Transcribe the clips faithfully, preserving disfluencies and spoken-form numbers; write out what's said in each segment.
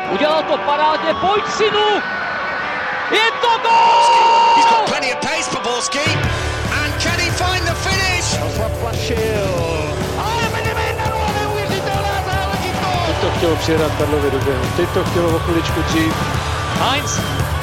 Udělal to parádně, pojď synu! Je to gól! He's got plenty of pace for Borski. And can he find the finish? Zaplašil. Ale vedeme jedna nula, neuvěřitelná záležitost! Teď to chtělo přijedat Karlovi do běhu, teď to chtělo o chviličku dřív. Heinz!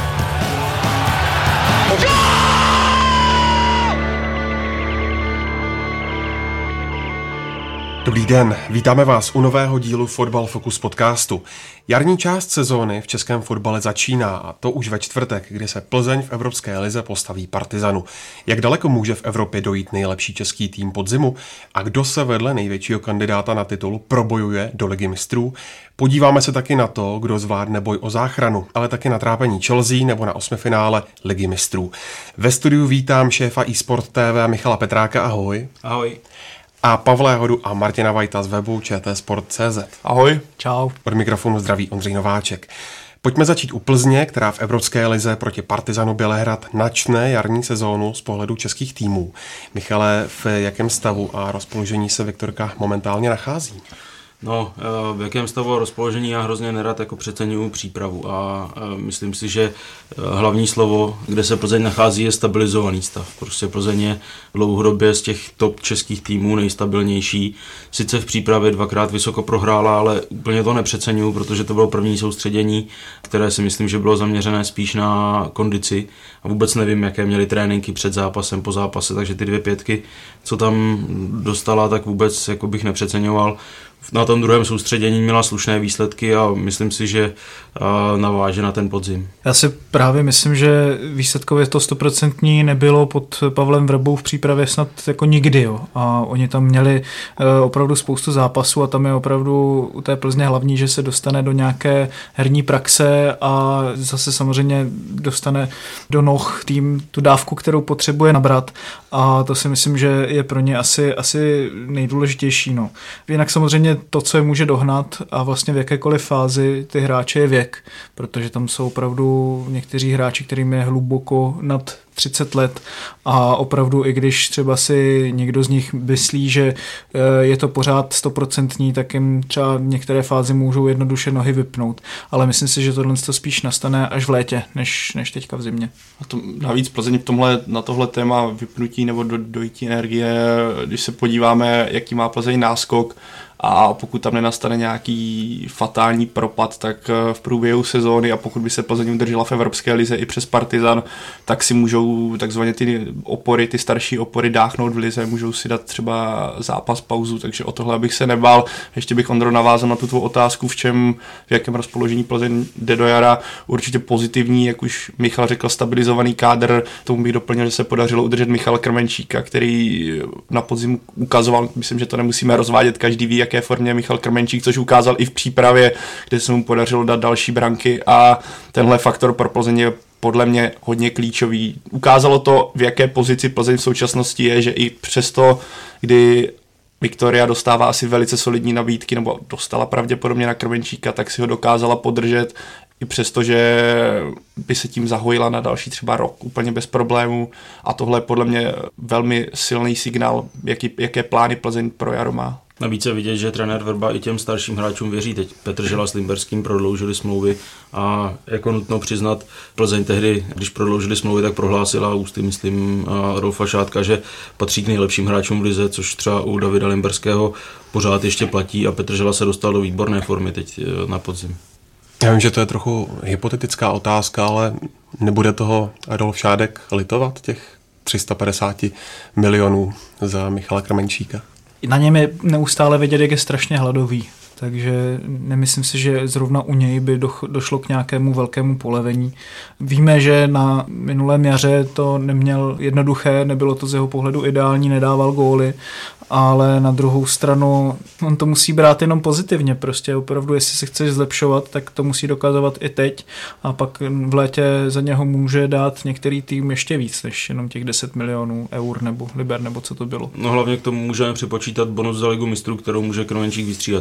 Dobrý den, vítáme vás u nového dílu Fotbal Focus podcastu. Jarní část sezóny v českém fotbale začíná a to už ve čtvrtek, kdy se Plzeň v Evropské lize postaví Partizanu. Jak daleko může v Evropě dojít nejlepší český tým podzimu a kdo se vedle největšího kandidáta na titul probojuje do Ligy mistrů? Podíváme se taky na to, kdo zvládne boj o záchranu, ale taky na trápení Chelsea nebo na osmifinále Ligy mistrů. Ve studiu vítám šéfa eSport T V Michala Petráka, ahoj. Ahoj. A Pavla Hodu a Martina Vajta z webu Č T Sport tečka cé zet. Ahoj. Čau. Od mikrofonu zdraví Ondřej Nováček. Pojďme začít u Plzně, která v Evropské lize proti Partizanu Bělehrad načne jarní sezónu z pohledu českých týmů. Michale, v jakém stavu a rozpoložení se Viktorka momentálně nachází? No, v jakém stavu rozpoložení já hrozně nerad jako přeceňuju přípravu a myslím si, že hlavní slovo, kde se Plzeň nachází, je stabilizovaný stav. Prostě Plzeň je dlouhodobě z těch top českých týmů nejstabilnější. Sice v přípravě dvakrát vysoko prohrála, ale úplně to nepřeceňuju, protože to bylo první soustředění, které si myslím, že bylo zaměřené spíš na kondici a vůbec nevím, jaké měly tréninky před zápasem, po zápase, takže ty dvě pětky, co tam dostala, tak vůbec jako bych nepřeceňoval. Na tom druhém soustředění měla slušné výsledky a myslím si, že naváže na ten podzim. Já si právě myslím, že výsledkově to stoprocentní nebylo pod Pavlem Vrbou v přípravě snad jako nikdy. Jo. A oni tam měli opravdu spoustu zápasů a tam je opravdu u té Plzně hlavní, že se dostane do nějaké herní praxe a zase samozřejmě dostane do noh tým tu dávku, kterou potřebuje nabrat a to si myslím, že je pro ně asi, asi nejdůležitější. No. Jinak samozřejmě to, co je může dohnat a vlastně v jakékoliv fázi ty hráče je věk, protože tam jsou opravdu někteří hráči, kterým je hluboko nad třicet let a opravdu i když třeba si někdo z nich myslí, že je to pořád stoprocentní, tak jim třeba v některé fázi můžou jednoduše nohy vypnout. Ale myslím si, že tohle to spíš nastane až v létě, než, než teďka v zimě. A to, navíc Plzeň v tomhle, na tohle téma vypnutí nebo do, dojití energie, když se podíváme, jaký má Plzeň náskok, a pokud tam nenastane nějaký fatální propad, tak v průběhu sezóny a pokud by se Plzeň udržela v Evropské lize i přes Partizan, tak si můžou takzvaně ty opory, ty starší opory dáchnout v lize, můžou si dát třeba zápas, pauzu, takže o tohle bych se nebál. Ještě bych, Ondro, navázal na tu tvou otázku, v čem, v jakém rozpoložení Plzeň jde do jara. Určitě pozitivní, jak už Michal řekl, stabilizovaný kádr, tomu bych doplnil, že se podařilo udržet Michala Krmenčíka, který na podzim ukazoval, myslím, že to nemusíme rozvádět, každý ví, jaké formě Michal Krmenčík, což ukázal i v přípravě, kde se mu podařilo dát další branky a tenhle faktor pro Plzeň je podle mě hodně klíčový. Ukázalo to, v jaké pozici Plzeň v současnosti je, že i přesto, kdy Viktoria dostává asi velice solidní nabídky, nebo dostala pravděpodobně na Krmenčíka, tak si ho dokázala podržet, i přesto, že by se tím zahojila na další třeba rok úplně bez problémů. A tohle je podle mě velmi silný signál, jaký, jaké plány Plzeň pro jaro má. Navíc je vidět, že trenér Vrba i těm starším hráčům věří. Teď Petr Žela s Limberským prodloužili smlouvy a jako nutno přiznat, Plzeň tehdy, když prodloužili smlouvy, tak prohlásila ústy, myslím, Rolfa Šátka, že patří k nejlepším hráčům v lize, což třeba u Davida Limberského pořád ještě platí a Petr Žela se dostal do výborné formy teď na podzim. Já vím, že to je trochu hypotetická otázka, ale nebude toho Rolf Šádek litovat těch tři sta padesát milionů za Michala Krmenčíka? Na něm je neustále vidět, jak je strašně hladový. Takže nemyslím si, že zrovna u něj by došlo k nějakému velkému polevení. Víme, že na minulém jaře to neměl jednoduché, nebylo to z jeho pohledu ideální, nedával góly, ale na druhou stranu on to musí brát jenom pozitivně. Prostě opravdu, jestli se chceš zlepšovat, tak to musí dokazovat i teď a pak v létě za něho může dát některý tým ještě víc, než jenom těch deset milionů eur nebo liber, nebo co to bylo. No hlavně k tomu můžeme připočítat bonus za Ligu mistrů, kterou může Krmenčík vystřídat. To je jako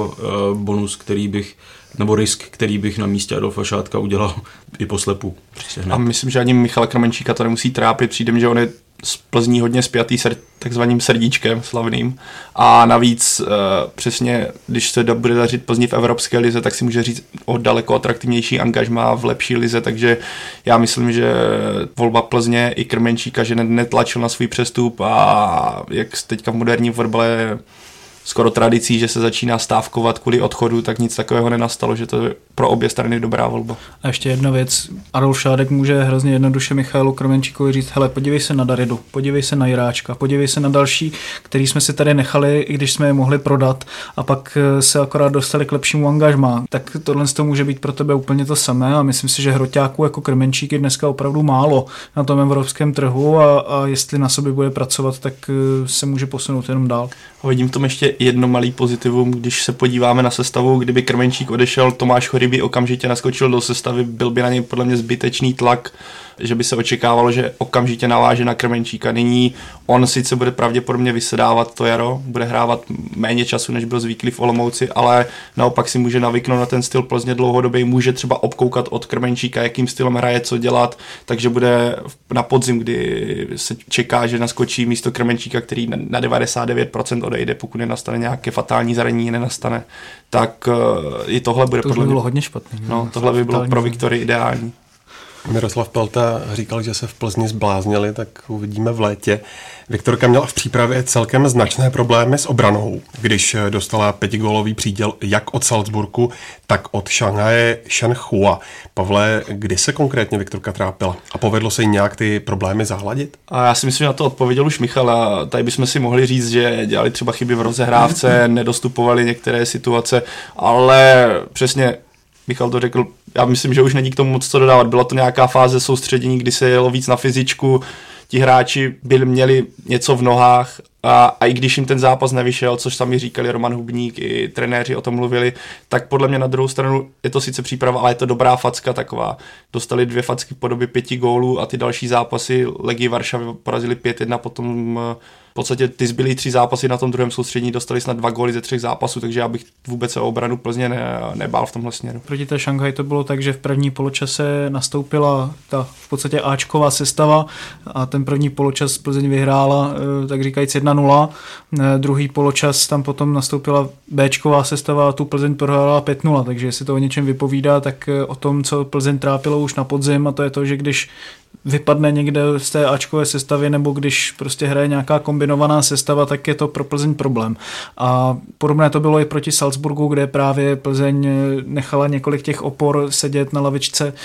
jako uh, bonus, který bych, nebo risk, který bych na místě Adolfa Šátka udělal i poslepu. A myslím, že ani Michala Krmenčíka to nemusí trápit, přijde mi, že on je z Plzní hodně spjatý ser, takzvaným srdíčkem slavným a navíc e, přesně, když se bude dařit Plzni v Evropské lize, tak si může říct o daleko atraktivnější angažmá v lepší lize, takže já myslím, že volba Plzně i Krmenčíka, že netlačil na svůj přestup a jak teďka v moderním fotbale skoro tradicí, že se začíná stávkovat kvůli odchodu, tak nic takového nenastalo, že to je pro obě strany dobrá volba. A ještě jedna věc, Adolf Šádek může hrozně jednoduše Michailu Krmenčíkovi říct, hele, podívej se na Daridu, podívej se na Jiráčka, podívej se na další, který jsme si tady nechali, i když jsme je mohli prodat a pak se akorát dostali k lepšímu angažmá. Tak tohle to může být pro tebe úplně to samé a myslím si, že hroťáků jako Krmenčík je dneska opravdu málo na tom evropském trhu a, a jestli na sobě bude pracovat, tak se může posunout jenom dál. A vidím v tom ještě jedno malý pozitivum, když se podíváme na sestavu, kdyby Krmenčík odešel, Tomáš Chory by okamžitě naskočil do sestavy, byl by na něj podle mě zbytečný tlak, že by se očekávalo, že okamžitě naváže na Krmenčíka. Nyní on sice bude pravděpodobně vysedávat to jaro, bude hrávat méně času, než byl zvyklý v Olomouci, ale naopak si může navyknout na ten styl Plzně dlouhodobě, může třeba obkoukat od Krmenčíka, jakým stylem hraje, co dělat, takže bude na podzim, kdy se čeká, že naskočí místo Krmenčíka, který na devadesát devět procent odejde, pokud nenastane nějaké fatální zranění, nenastane, tak i tohle bude to podle by bylo mě, hodně špatný. No, tohle by bylo pro Viktorii ideální. Miroslav Pelta říkal, že se v Plzni zbláznili, tak uvidíme v létě. Viktorka měla v přípravě celkem značné problémy s obranou, když dostala pětigólový příděl jak od Salzburgu, tak od Šanghaje Shenhua. Pavle, kdy se konkrétně Viktorka trápila? A povedlo se jí nějak ty problémy zahladit? A já si myslím, že na to odpověděl už Michal a tady bychom si mohli říct, že dělali třeba chyby v rozehrávce, nedostupovali některé situace, ale přesně Michal to řekl, já myslím, že už není k tomu moc co dodávat. Byla to nějaká fáze soustředění, kdy se jelo víc na fyzičku, ti hráči byli, měli něco v nohách a, a i když jim ten zápas nevyšel, což sami říkali Roman Hubník i trenéři o tom mluvili, tak podle mě na druhou stranu je to sice příprava, ale je to dobrá facka taková. Dostali dvě facky v podobě pěti gólů a ty další zápasy Legii Varšavy porazili pět jedna, potom v podstatě ty zbylý tři zápasy na tom druhém soustředění dostali snad dva góly ze třech zápasů, takže já bych vůbec se o obranu Plzně ne, nebál v tomhle směru. Proti té Šanghaj to bylo tak, že v první poločase nastoupila ta v podstatě áčková sestava a ten první poločas Plzeň vyhrála, tak říkajíc jedna nula. Druhý poločas tam potom nastoupila béčková sestava a tu Plzeň prohrála pět nula, takže jestli to o něčem vypovídá, tak o tom, co Plzeň trápilo už na podzim, a to je to, že když vypadne někde z té áčkové sestavy nebo když prostě hraje nějaká kombinovaná sestava, tak je to pro Plzeň problém. A podobné to bylo i proti Salzburgu, kde právě Plzeň nechala několik těch opor sedět na lavičce,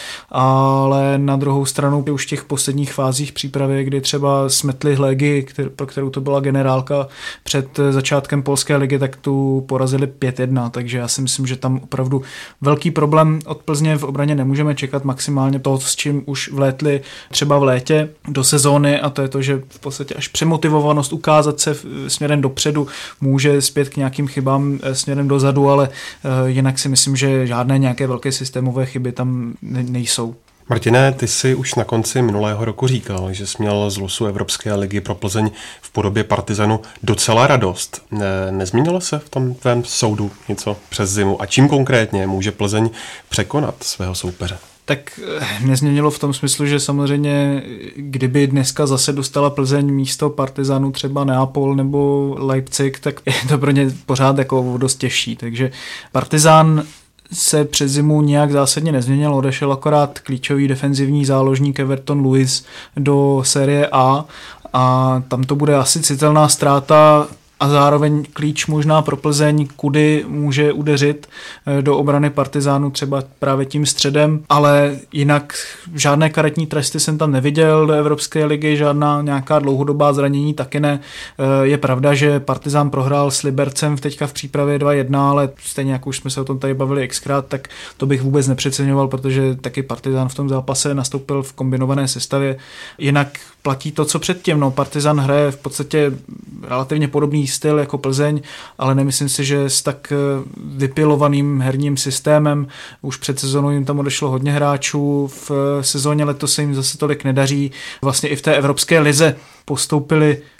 ale na druhou stranu už v těch posledních fázích přípravy, kdy třeba smetli Legii, pro kterou to byla generálka před začátkem polské ligy, tak tu porazili pět jedna, takže já si myslím, že tam opravdu velký problém od Plzně v obraně nemůžeme čekat, maximálně to, s čím už vlétli třeba v létě do sezóny, a to je to, že v podstatě až přemotivovanost ukázat se směrem dopředu může zpět k nějakým chybám směrem dozadu, ale jinak si myslím, že žádné nějaké velké systémové chyby tam nejsou. Martine, ty jsi už na konci minulého roku říkal, že jsi měl z losu Evropské ligy pro Plzeň v podobě Partizanu docela radost. Ne, nezměnilo se v tom tvém soudu něco přes zimu? A čím konkrétně může Plzeň překonat svého soupeře? Tak nezměnilo v tom smyslu, že samozřejmě kdyby dneska zase dostala Plzeň místo Partizanu třeba Neapol nebo Leipzig, tak je to pro ně pořád jako dost těžší. Takže Partizan se přes zimu nějak zásadně nezměnil, odešel akorát klíčový defenzivní záložník Everton Lewis do série A a tam to bude asi citelná ztráta a zároveň klíč možná pro Plzeň, kudy může udeřit do obrany Partizánu třeba právě tím středem, ale jinak žádné karetní tresty jsem tam neviděl do Evropské ligy, žádná nějaká dlouhodobá zranění taky ne. Je pravda, že Partizán prohrál s Libercem teďka v přípravě dva jedna, ale stejně jak už jsme se o tom tady bavili xkrát, tak to bych vůbec nepřeceňoval, protože taky Partizán v tom zápase nastoupil v kombinované sestavě. Jinak platí to, co předtím. No, Partizán hraje v podstatě relativně podobný styl jako Plzeň, ale nemyslím si, že s tak vypilovaným herním systémem. Už před sezónou jim tam odešlo hodně hráčů, v sezóně letos se jim zase tolik nedaří. Vlastně i v té Evropské lize postoupili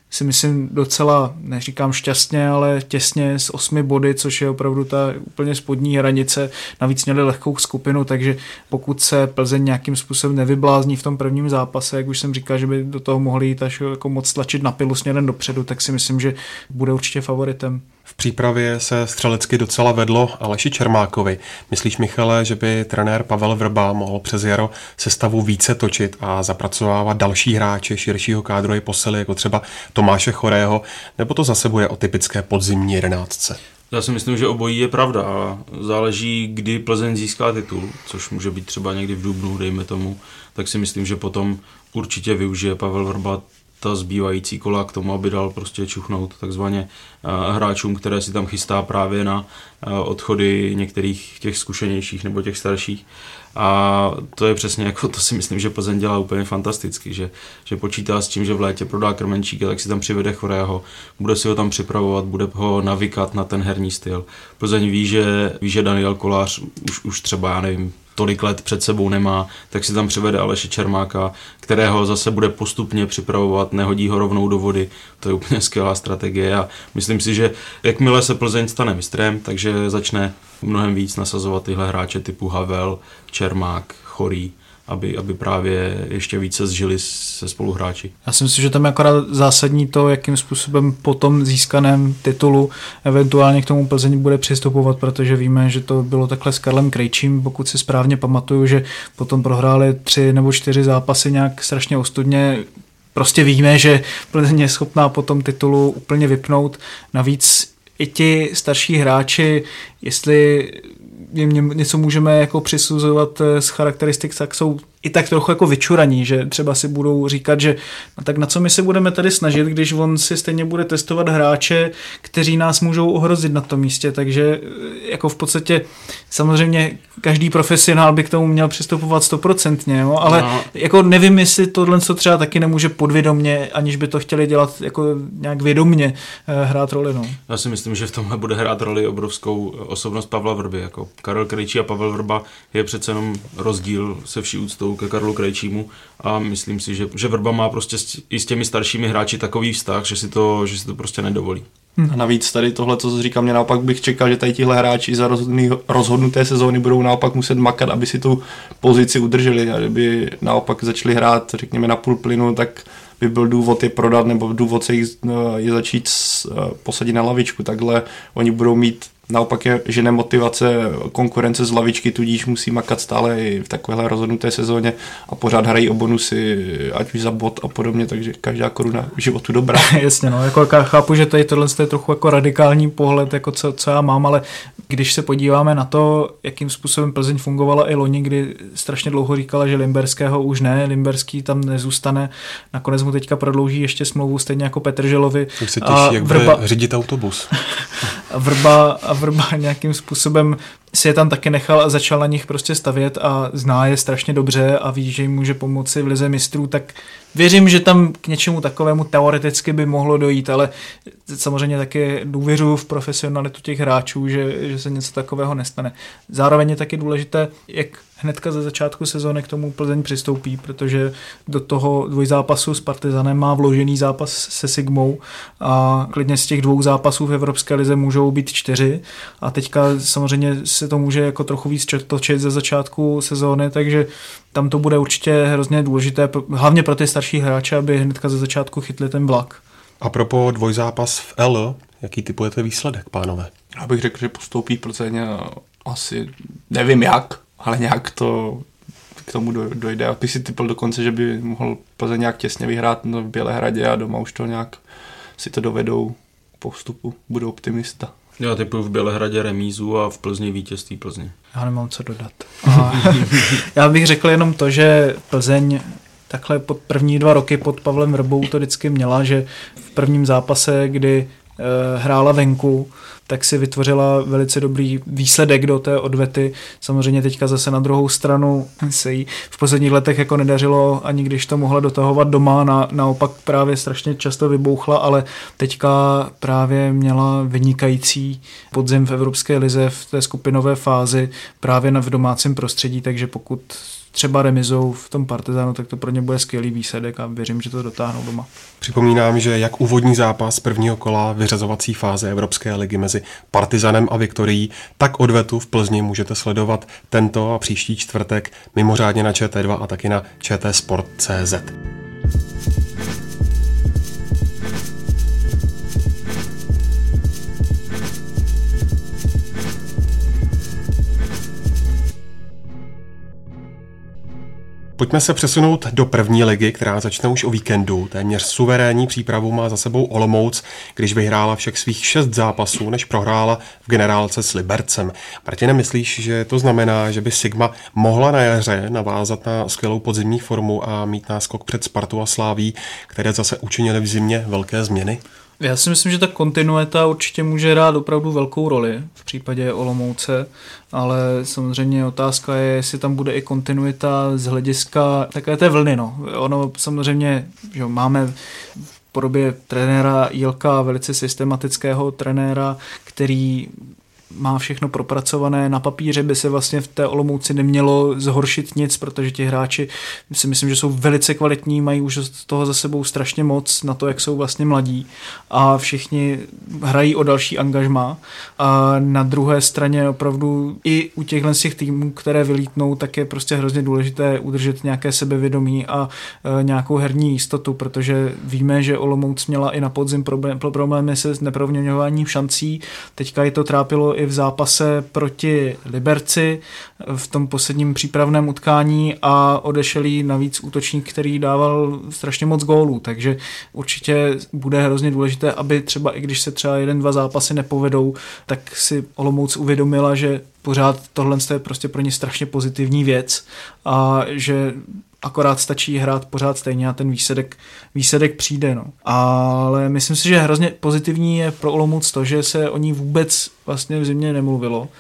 si myslím docela, neříkám šťastně, ale těsně s osmi body, což je opravdu ta úplně spodní hranice. Navíc měli lehkou skupinu, takže pokud se Plzeň nějakým způsobem nevyblázní v tom prvním zápase, jak už jsem říkal, že by do toho mohli jít až jako moc tlačit na pilu směrem dopředu, tak si myslím, že bude určitě favoritem. V přípravě se střelecky docela vedlo Aleši Čermákovi. Myslíš, Michale, že by trenér Pavel Vrba mohl přes jaro sestavu více točit a zapracovávat další hráče širšího kádru i posily, jako třeba Tomáše Chorého, nebo to zase bude o typické podzimní jedenáctce? Já si myslím, že obojí je pravda a záleží, kdy Plzeň získá titul, což může být třeba někdy v dubnu, dejme tomu, tak si myslím, že potom určitě využije Pavel Vrba ta zbývající kola k tomu, aby dal prostě čuchnout takzvaně hráčům, které si tam chystá právě na odchody některých těch zkušenějších nebo těch starších. A to je přesně jako, to si myslím, že Plzeň dělá úplně fantasticky, že, že počítá s tím, že v létě prodá Krmenčíka, tak si tam přivede Chorého, bude si ho tam připravovat, bude ho navykat na ten herní styl. Plzeň ví, že, ví, že Daniel Kolář už, už třeba, já nevím, tolik let před sebou nemá, tak si tam přivede Aleše Čermáka, kterého zase bude postupně připravovat, nehodí ho rovnou do vody. To je úplně skvělá strategie a myslím si, že jakmile se Plzeň stane mistrem, takže začne mnohem víc nasazovat tyhle hráče typu Havel, Čermák, Chorý, aby, aby právě ještě více zžili se spoluhráči. Já si myslím, že tam je akorát zásadní to, jakým způsobem po tom získaném titulu eventuálně k tomu Plzeň bude přistupovat, protože víme, že to bylo takhle s Karlem Krejčím, pokud si správně pamatuju, že potom prohráli tři nebo čtyři zápasy nějak strašně ostudně. Prostě víme, že Plzeň je schopná po tom titulu úplně vypnout. Navíc i ti starší hráči, jestli jim něco můžeme jako přisuzovat z charakteristik, tak jsou i tak trochu jako vyčuraní, že třeba si budou říkat, že no tak na co my se budeme tady snažit, když on si stejně bude testovat hráče, kteří nás můžou ohrozit na tom místě, takže jako v podstatě samozřejmě každý profesionál by k tomu měl přistupovat stoprocentně, jo? Ale no. Jako nevím, jestli tohle co třeba taky nemůže podvědomně, aniž by to chtěli dělat jako nějak vědomně hrát roli. No. Já si myslím, že v tomhle bude hrát roli obrovskou osobnost Pavla Vrby, jako Karel Krejčí a Pavel Vrba je přece jenom rozdíl se vší úctou ke Karlu Krejčímu a myslím si, že, že Vrba má prostě s, i s těmi staršími hráči takový vztah, že si to, že si to prostě nedovolí. A navíc tady tohle, co říkám, mě naopak bych čekal, že tady tihle hráči za rozhodnuté sezóny budou naopak muset makat, aby si tu pozici udrželi a kdyby naopak začali hrát, řekněme, na půl plynu, tak by byl důvod je prodat nebo důvod se jich je začít posadit na lavičku. Takhle oni budou mít naopak je žene motivace konkurence z lavičky, tudíž musí makat stále i v takovéhle rozhodnuté sezóně a pořád hrají o bonusy, ať už za bod a podobně, takže každá koruna v životu dobrá. Jasně, no, jako chápu, že tady tohle je trochu jako radikální pohled, jako co, co já mám, ale když se podíváme na to, jakým způsobem Plzeň fungovala i loni, kdy strašně dlouho říkala, že Limberského už ne, Limberský tam nezůstane, nakonec mu teďka prodlouží ještě smlouvu, stejně jako Petrželovi. Už se těší, jak Vrba... bude řídit autobus. A Vrba, a Vrba nějakým způsobem si je tam taky nechal a začal na nich prostě stavět a zná je strašně dobře a ví, že jim může pomoci v lize mistrů, tak věřím, že tam k něčemu takovému teoreticky by mohlo dojít, ale samozřejmě taky důvěřuji v profesionalitu těch hráčů, že, že se něco takového nestane. Zároveň je taky důležité, jak hnedka ze začátku sezóny k tomu Plzeň přistoupí, protože do toho dvojzápasu s Partizanem má vložený zápas se Sigmou a klidně z těch dvou zápasů v Evropské lize můžou být čtyři a teďka samozřejmě se to může jako trochu víc točit ze začátku sezóny, takže tam to bude určitě hrozně důležité, hlavně pro ty starší hráče, aby hnedka ze začátku chytli ten vlak. A propos dvojzápas v L, jaký typujete výsledek, pánové? Já bych řekl, že postoupí Plzeň asi, nevím jak, ale nějak to k tomu dojde. A bych si typl dokonce, že by mohl Plzeň nějak těsně vyhrát v Bělehradě a doma už to nějak si to dovedou po vstupu, budou optimista. Já typuji v Bělehradě remízu a v Plzni vítězství Plzně. Já nemám co dodat. A já bych řekl jenom to, že Plzeň takhle pod první dva roky pod Pavlem Vrbou to vždycky měla, že v prvním zápase, kdy e, hrála venku, tak si vytvořila velice dobrý výsledek do té odvety. Samozřejmě teďka zase na druhou stranu se jí v posledních letech jako nedařilo, ani když to mohla dotahovat doma, na, naopak právě strašně často vybouchla, ale teďka právě měla vynikající podzim v Evropské lize v té skupinové fázi právě v domácím prostředí, takže pokud třeba remizou v tom Partizánu, tak to pro ně bude skvělý výsledek a věřím, že to dotáhnou doma. Připomínám, že jak úvodní zápas prvního kola vyřazovací fáze Evropské ligy mezi Partizanem a Viktorií, tak odvetu v Plzni můžete sledovat tento a příští čtvrtek mimořádně na Č T dva a taky na Č T Sport tečka cé zet. Pojďme se přesunout do první ligy, která začne už o víkendu. Téměř suverénní přípravu má za sebou Olomouc, když vyhrála všech svých šest zápasů, než prohrála v generálce s Libercem. Martine, myslíš, že to znamená, že by Sigma mohla na jaře navázat na skvělou podzimní formu a mít náskok před Spartou a Slaví, které zase učinily v zimě velké změny? Já si myslím, že ta kontinuita určitě může hrát opravdu velkou roli v případě Olomouce, ale samozřejmě otázka je, jestli tam bude i kontinuita z hlediska takové té vlny. No. Ono samozřejmě, že máme v podobě trenéra Jilka, velice systematického trenéra, který má všechno propracované. Na papíře by se vlastně v té Olomouci nemělo zhoršit nic, protože ti hráči si myslím, že jsou velice kvalitní, mají už toho za sebou strašně moc na to, jak jsou vlastně mladí a všichni hrají o další angažmá. A na druhé straně opravdu i u těchhle z těch týmů, které vylítnou, tak je prostě hrozně důležité udržet nějaké sebevědomí a e, nějakou herní jistotu, protože víme, že Olomouc měla i na podzim problém, problémy se neproměňováním šancí. Teďka je to trápilo i v zápase proti Liberci v tom posledním přípravném utkání a odešel jí navíc útočník, který dával strašně moc gólů, takže určitě bude hrozně důležité, aby třeba i když se třeba jeden, dva zápasy nepovedou, tak si Olomouc uvědomila, že pořád tohle je prostě pro ně strašně pozitivní věc a že akorát stačí hrát pořád stejně a ten výsledek, výsledek přijde. No. Ale myslím si, že hrozně pozitivní je pro Olomouc to, že se o ní vůbec vlastně v zimě nemluvilo,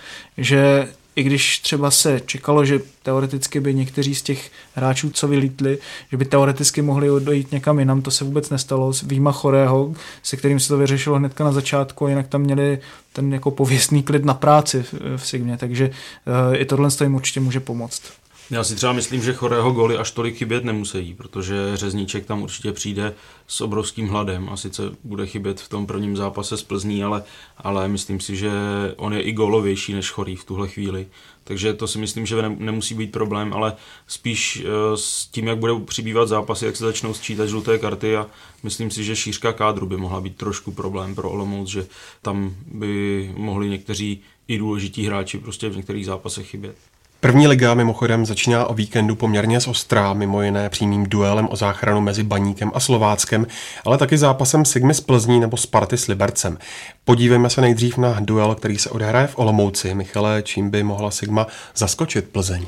že i když třeba se čekalo, že teoreticky by někteří z těch hráčů, co vylítli, že by teoreticky mohli odejít někam jinam, to se vůbec nestalo. Výjima Chorého, se kterým se to vyřešilo hnedka na začátku, a jinak tam měli ten jako pověstný klid na práci v, v Sigmě, takže uh, i tohle jim určitě může pomoct. Já si třeba myslím, že Chorého góly až tolik chybět nemusí, protože Řezníček tam určitě přijde s obrovským hladem a sice bude chybět v tom prvním zápase s Plzní, ale, ale myslím si, že on je i gólovější než Chorý v tuhle chvíli. Takže to si myslím, že ne, nemusí být problém, ale spíš uh, s tím, jak budou přibývat zápasy, jak se začnou sčítat žluté karty a myslím si, že šířka kádru by mohla být trošku problém pro Olomouc, že tam by mohli někteří i důležití hráči prostě v některých zápasech chybět. První liga mimochodem začíná o víkendu poměrně ostrá, mimo jiné přímým duelem o záchranu mezi Baníkem a Slováckem, ale taky zápasem Sigmy s Plzní nebo Sparty s Libercem. Podívejme se nejdřív na duel, který se odehraje v Olomouci. Michale, čím by mohla Sigma zaskočit Plzeň?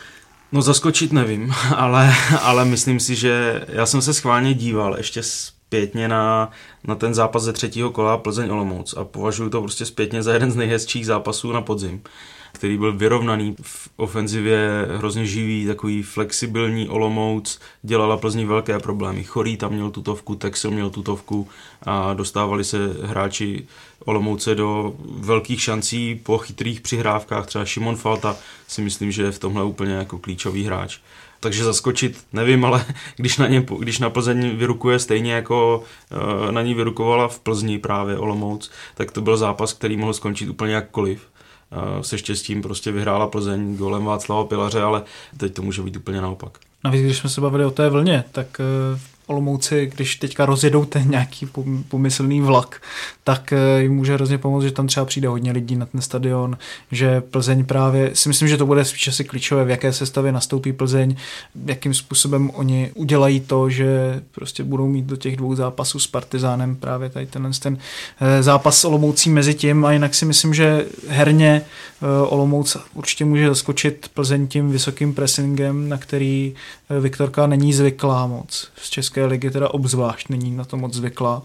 No zaskočit nevím, ale, ale myslím si, že já jsem se schválně díval ještě zpětně na, na ten zápas ze třetího kola Plzeň Olomouc a považuji to prostě zpětně za jeden z nejhezčích zápasů na podzim, který byl vyrovnaný v ofenzivě, hrozně živý, takový flexibilní Olomouc, dělala Plzni velké problémy. Chorý tam měl tutovku, Texel měl tutovku a dostávali se hráči Olomouce do velkých šancí po chytrých přihrávkách, třeba Šimon Falta si myslím, že je v tomhle úplně jako klíčový hráč. Takže zaskočit nevím, ale když na, ně, když na Plzeň vyrukuje stejně jako na ní vyrukovala v Plzni právě Olomouc, tak to byl zápas, který mohl skončit úplně jakkoliv. Se štěstím prostě vyhrála Plzeň gólem Václava Pilaře, ale teď to může být úplně naopak. Navíc, když jsme se bavili o té vlně, tak v Olomouci, když teďka rozjedou ten nějaký pomyslný vlak, tak jim může hrozně pomoct, že tam třeba přijde hodně lidí na ten stadion, že Plzeň právě, si myslím, že to bude spíš asi klíčové, v jaké sestavě nastoupí Plzeň, jakým způsobem oni udělají to, že prostě budou mít do těch dvou zápasů s Partizánem právě tady ten, ten zápas s Olomoucí mezi tím a jinak si myslím, že herně Olomouc určitě může zaskočit Plzeň tím vysokým pressingem, na který Viktorka není zvyklá moc z české České ligy teda obzvlášť není na to moc zvyklá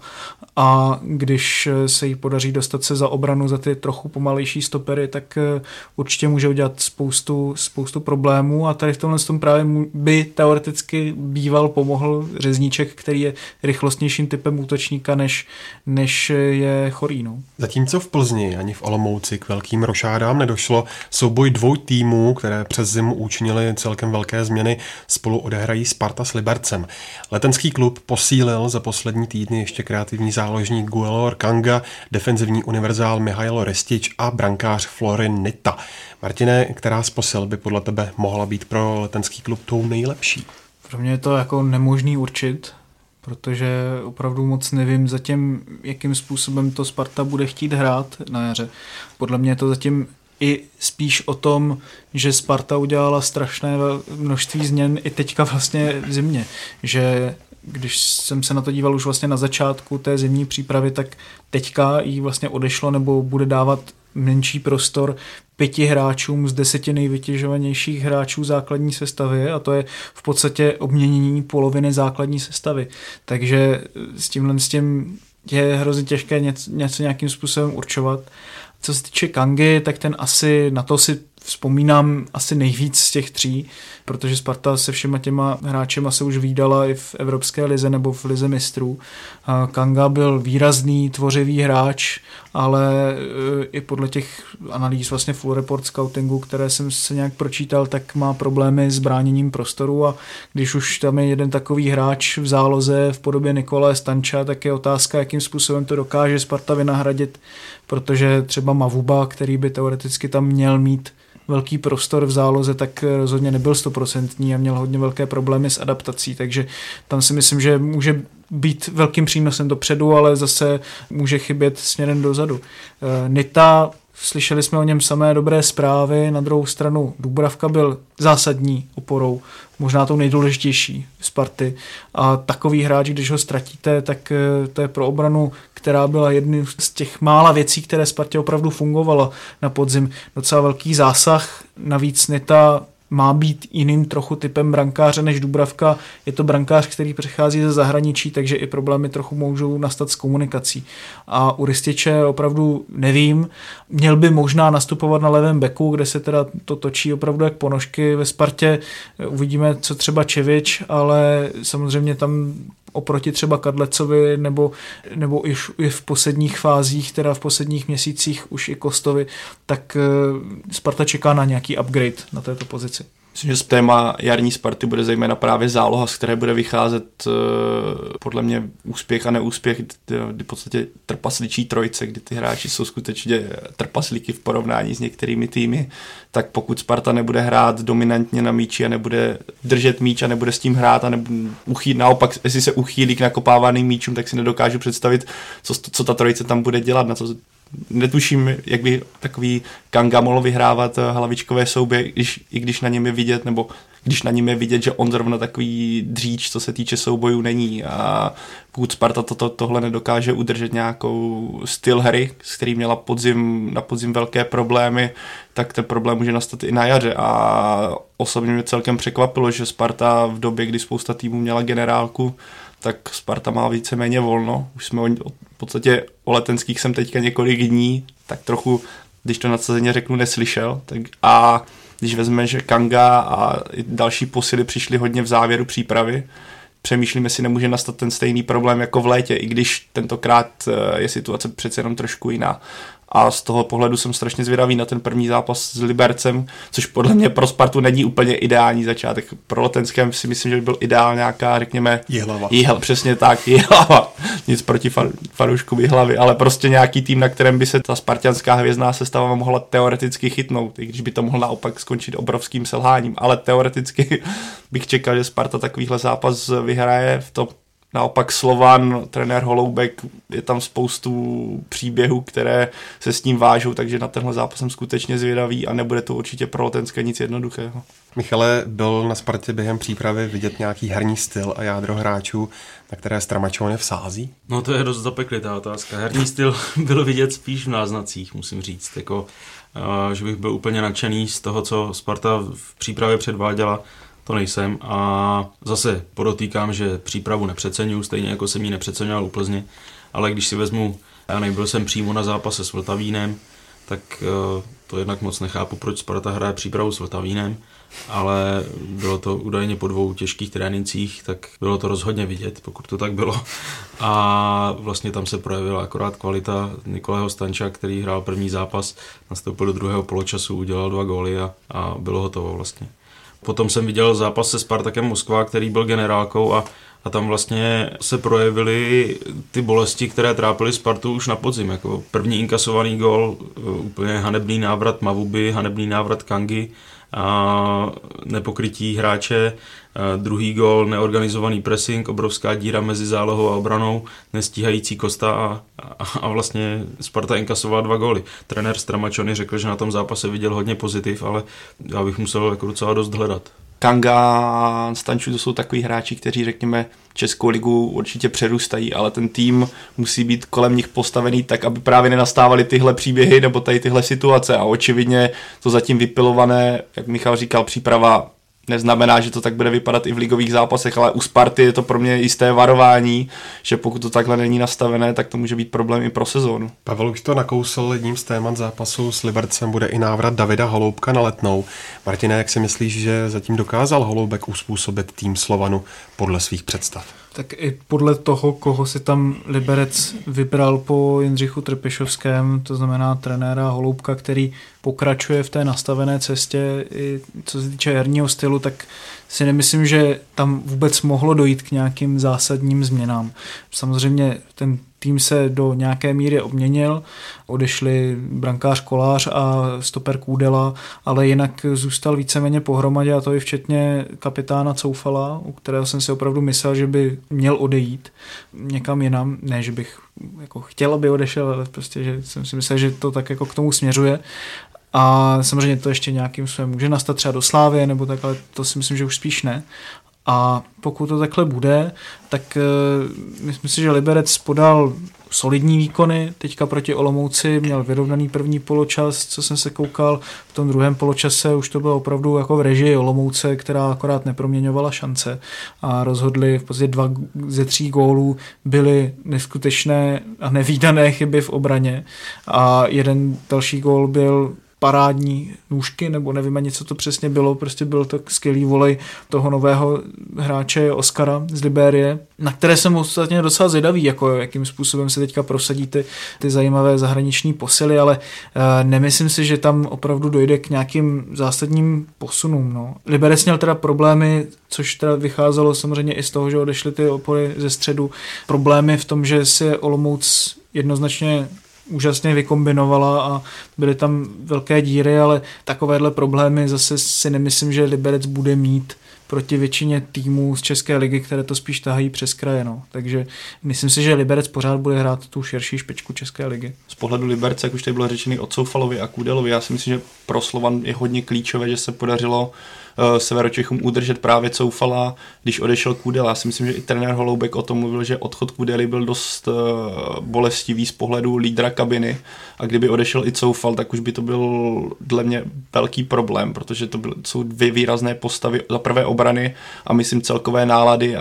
a když se jí podaří dostat se za obranu za ty trochu pomalejší stopery, tak určitě může udělat spoustu, spoustu problémů a tady v tomhle tom právě by teoreticky býval pomohl Řezníček, který je rychlostnějším typem útočníka, než, než je Chorý. No. Zatímco v Plzni ani v Olomouci k velkým rošádám nedošlo, souboj dvou týmů, které přes zimu učinili celkem velké změny, spolu odehrají Sparta s Libercem. Letenský klub posílil za poslední týdny ještě kreativní záložník Guelor Kanga, defenzivní univerzál Mihailo Ristić a brankář Florin Nita. Martine, která z posil by podle tebe mohla být pro Letenský klub tou nejlepší? Pro mě je to jako nemožný určit, protože opravdu moc nevím zatím, jakým způsobem to Sparta bude chtít hrát na jaře. Podle mě je to zatím i spíš o tom, že Sparta udělala strašné množství změn i teďka vlastně v zimě. Že když jsem se na to díval už vlastně na začátku té zimní přípravy, tak teďka jí vlastně odešlo nebo bude dávat menší prostor pěti hráčům z deseti nejvytěžovanějších hráčů základní sestavy a to je v podstatě obměnění poloviny základní sestavy. Takže s tímhle s tím je hrozně těžké něco, něco nějakým způsobem určovat. Co se týče Kangy, tak ten asi, na to si vzpomínám asi nejvíc z těch tří, protože Sparta se všema těma hráčema se už vídala i v Evropské lize nebo v lize mistrů. Kanga byl výrazný, tvořivý hráč, ale i podle těch analýz vlastně Full Report Scoutingu, které jsem se nějak pročítal, tak má problémy s bráněním prostoru a když už tam je jeden takový hráč v záloze v podobě Nikolaje Stanča, tak je otázka, jakým způsobem to dokáže Sparta vynahradit, protože třeba Mavuba, který by teoreticky tam měl mít velký prostor v záloze, tak rozhodně nebyl stoprocentní a měl hodně velké problémy s adaptací, takže tam si myslím, že může být velkým přínosem dopředu, ale zase může chybět směrem dozadu. Nita, slyšeli jsme o něm samé dobré zprávy, na druhou stranu Dubravka byl zásadní oporou, možná tou nejdůležitější Sparty a takový hráč, když ho ztratíte, tak to je pro obranu, která byla jednou z těch mála věcí, které Spartě opravdu fungovala na podzim. Docela velký zásah, navíc Nita má být jiným trochu typem brankáře než Dubravka. Je to brankář, který přichází ze zahraničí, takže i problémy trochu můžou nastat s komunikací. A u Rističe opravdu nevím. Měl by možná nastupovat na levém beku, kde se teda to točí opravdu jak ponožky ve Spartě. Uvidíme, co třeba Čevič, ale samozřejmě tam oproti třeba Kadlecovi nebo, nebo i, i v posledních fázích, teda v posledních měsících už i Kostovi, tak Sparta čeká na nějaký upgrade na této pozici. Myslím, že z téma jarní Sparty bude zejména právě záloha, z které bude vycházet podle mě úspěch a neúspěch, kdy v podstatě trpasličí trojce, kdy ty hráči jsou skutečně trpaslíky v porovnání s některými týmy, tak pokud Sparta nebude hrát dominantně na míči a nebude držet míč a nebude s tím hrát a nebude uchýl, naopak, jestli se uchýlí k nakopávaným míčům, tak si nedokážu představit, co, co ta trojice tam bude dělat, na co netuším, jak by takový Kanga mohl vyhrávat hlavičkové souboje, když, i když na něm je vidět, nebo když na něm je vidět, že on zrovna takový dříč, co se týče soubojů, není. A pokud Sparta to, to, tohle nedokáže udržet nějakou styl hry, s kterým měla podzim, na podzim velké problémy, tak ten problém může nastat i na jaře. A osobně mě celkem překvapilo, že Sparta v době, kdy spousta týmů měla generálku, tak Sparta má víceméně volno. Už jsme o, v podstatě o Letenských jsem teďka několik dní, tak trochu, když to nadsazeně řeknu, neslyšel. Tak a když vezmeme, že Kanga a další posily přišly hodně v závěru přípravy, přemýšlíme, jestli nemůže nastat ten stejný problém jako v létě, i když tentokrát je situace přece jenom trošku jiná. A z toho pohledu jsem strašně zvědavý na ten první zápas s Libercem, což podle mě pro Spartu není úplně ideální začátek. Pro Letenském si myslím, že by byl ideál nějaká, řekněme, Jihlava. Jihl, přesně tak, Jihlava. Nic proti far, fanouškům Jihlavy, ale prostě nějaký tým, na kterém by se ta spartianská hvězdná sestava mohla teoreticky chytnout, i když by to mohlo naopak skončit obrovským selháním. Ale teoreticky bych čekal, že Sparta takovýhle zápas vyhraje. V tom naopak Slovan, trenér Holoubek, je tam spoustu příběhů, které se s ním vážou, takže na tenhle zápas jsem skutečně zvědavý a nebude to určitě pro Letenské nic jednoduchého. Michale, byl na Spartě během přípravy vidět nějaký herní styl a jádro hráčů, na které Stramačov nevsází? No to je dost zapeklitá otázka. Herní styl byl vidět spíš v náznacích, musím říct. Jako, uh, že bych byl úplně nadšený z toho, co Sparta v přípravě předváděla, to nejsem. A zase podotýkám, že přípravu nepřeceňuju, stejně jako jsem ji nepřeceňoval u Plzně, ale když si vezmu, já nebyl jsem přímo na zápase s Vltavínem, tak to jednak moc nechápu, proč Sparta hraje přípravu s Vltavínem, ale bylo to údajně po dvou těžkých trénincích, tak bylo to rozhodně vidět, pokud to tak bylo. A vlastně tam se projevila akorát kvalita Nikoleho Stanča, který hrál první zápas, nastoupil do druhého poločasu, udělal dva góly a, a bylo hotovo vlastně. Potom jsem viděl zápas se Spartakem Moskva, který byl generálkou a A tam vlastně se projevily ty bolesti, které trápily Spartu už na podzim. Jako první inkasovaný gól, úplně hanebný návrat Mavuby, hanebný návrat Kangy a nepokrytí hráče. Druhý gól, neorganizovaný pressing, obrovská díra mezi zálohou a obranou, nestíhající Kosta a, a, a vlastně Sparta inkasovala dva góly. Trenér Stramačony řekl, že na tom zápase viděl hodně pozitiv, ale já bych musel jako docela dost hledat. Kanga, Stanču, to jsou takový hráči, kteří, řekněme, Českou ligu určitě přerůstají, ale ten tým musí být kolem nich postavený tak, aby právě nenastávaly tyhle příběhy nebo tady tyhle situace a očividně to zatím vypilované, jak Michal říkal, příprava neznamená, že to tak bude vypadat i v ligových zápasech, ale u Sparty je to pro mě jisté varování, že pokud to takhle není nastavené, tak to může být problém i pro sezónu. Pavel už to nakousl, jedním z témat zápasu s Libercem bude i návrat Davida Holoubka na Letnou. Martine, jak si myslíš, že zatím dokázal Holoubek uspůsobit tým Slovanu podle svých představ? Tak i podle toho, koho si tam Liberec vybral po Jindřichu Trpišovském, to znamená trenéra Holoubka, který pokračuje v té nastavené cestě, i co se týče herního stylu, tak si nemyslím, že tam vůbec mohlo dojít k nějakým zásadním změnám. Samozřejmě ten tým se do nějaké míry obměnil, odešli brankář Kolář a stoper Kůdela, ale jinak zůstal víceméně pohromadě, a to i včetně kapitána Coufala, u kterého jsem si opravdu myslel, že by měl odejít někam jinam, ne, že bych jako chtěl, aby odešel, ale prostě, že jsem si myslel, že to tak jako k tomu směřuje. A samozřejmě to ještě nějakým způsobem může nastat třeba do Slávie, nebo tak, ale to si myslím, že už spíš ne. A pokud to takhle bude, tak uh, myslím si, že Liberec podal solidní výkony, teďka proti Olomouci měl vyrovnaný první poločas, co jsem se koukal, v tom druhém poločase už to bylo opravdu jako v režii Olomouce, která akorát neproměňovala šance a rozhodli v podstatě dva ze tří gólů byly neskutečné a nevídané chyby v obraně a jeden další gól byl parádní nůžky, nebo nevím ani, co to přesně bylo, prostě byl to skvělý volej toho nového hráče Oskara z Libérie, na které jsem ostatně docela zvědavý, jako jakým způsobem se teďka prosadí ty, ty zajímavé zahraniční posily, ale uh, nemyslím si, že tam opravdu dojde k nějakým zásadním posunům. No. Liberec měl teda problémy, což teda vycházelo samozřejmě i z toho, že odešly ty opory ze středu, problémy v tom, že si Olomouc jednoznačně úžasně vykombinovala a byly tam velké díry, ale takovéhle problémy zase si nemyslím, že Liberec bude mít proti většině týmů z České ligy, které to spíš tahají přes kraje. No. Takže myslím si, že Liberec pořád bude hrát tu širší špičku České ligy. Z pohledu Liberce, jak už tady bylo řečený o Coufalovi a Kůdelovi, já si myslím, že pro Slovan je hodně klíčové, že se podařilo uh, Severočechům udržet právě Coufala, když odešel Kůdel. Já si myslím, že i trenér Holoubek o tom mluvil, že odchod Kůdely byl dost uh, bolestivý z pohledu lídra kabiny a kdyby odešel i Coufal, tak už by to byl dle mě velký problém, protože to byl, jsou dvě výrazné postavy, za prvé obrany a myslím celkové nálady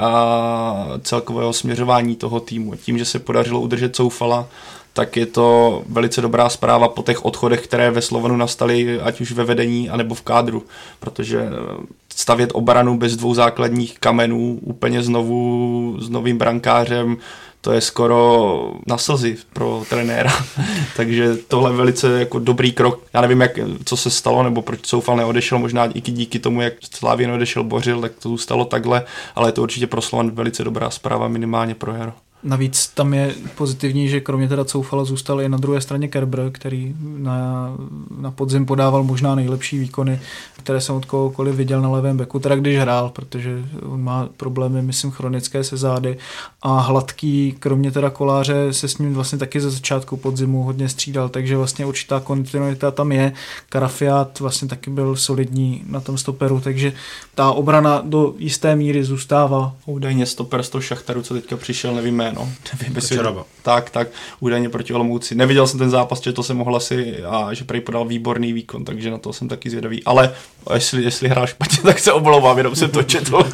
a celkového směřování toho týmu. Tím, že se podařilo udržet Coufala, tak je to velice dobrá zpráva po těch odchodech, které ve Slovanu nastaly, ať už ve vedení, anebo v kádru, protože stavět obranu bez dvou základních kamenů úplně znovu s novým brankářem, to je skoro na slzy pro trenéra. Takže tohle je velice jako dobrý krok. Já nevím, jak, co se stalo, nebo proč Coufal neodešel, možná i díky tomu, jak Slávě neodešel Bořil, tak to zůstalo takhle, ale je to určitě pro Slovan velice dobrá zpráva, minimálně pro jaro. Navíc tam je pozitivní, že kromě teda Coufala zůstal i na druhé straně Kerber, který na, na podzim podával možná nejlepší výkony, které jsem od kohokoliv viděl na levém beku, teda když hrál, protože on má problémy, myslím, chronické se zády a Hladký, kromě teda Koláře, se s ním vlastně taky ze začátku podzimu hodně střídal, takže vlastně určitá kontinuita tam je. Karafiát vlastně taky byl solidní na tom stoperu, takže ta obrana do jisté míry zůstává. Údajně stoper z toho Šachtaru, co teďka přišel, nevíme, no. Nevím, jestli, tak, tak, údajně proti Olomouci. Neviděl jsem ten zápas, že to jsem mohl asi a že prej podal výborný výkon, takže na to jsem taky zvědavý. Ale jestli, jestli hrál špatně, tak se omlouvám, jenom jsem to četl.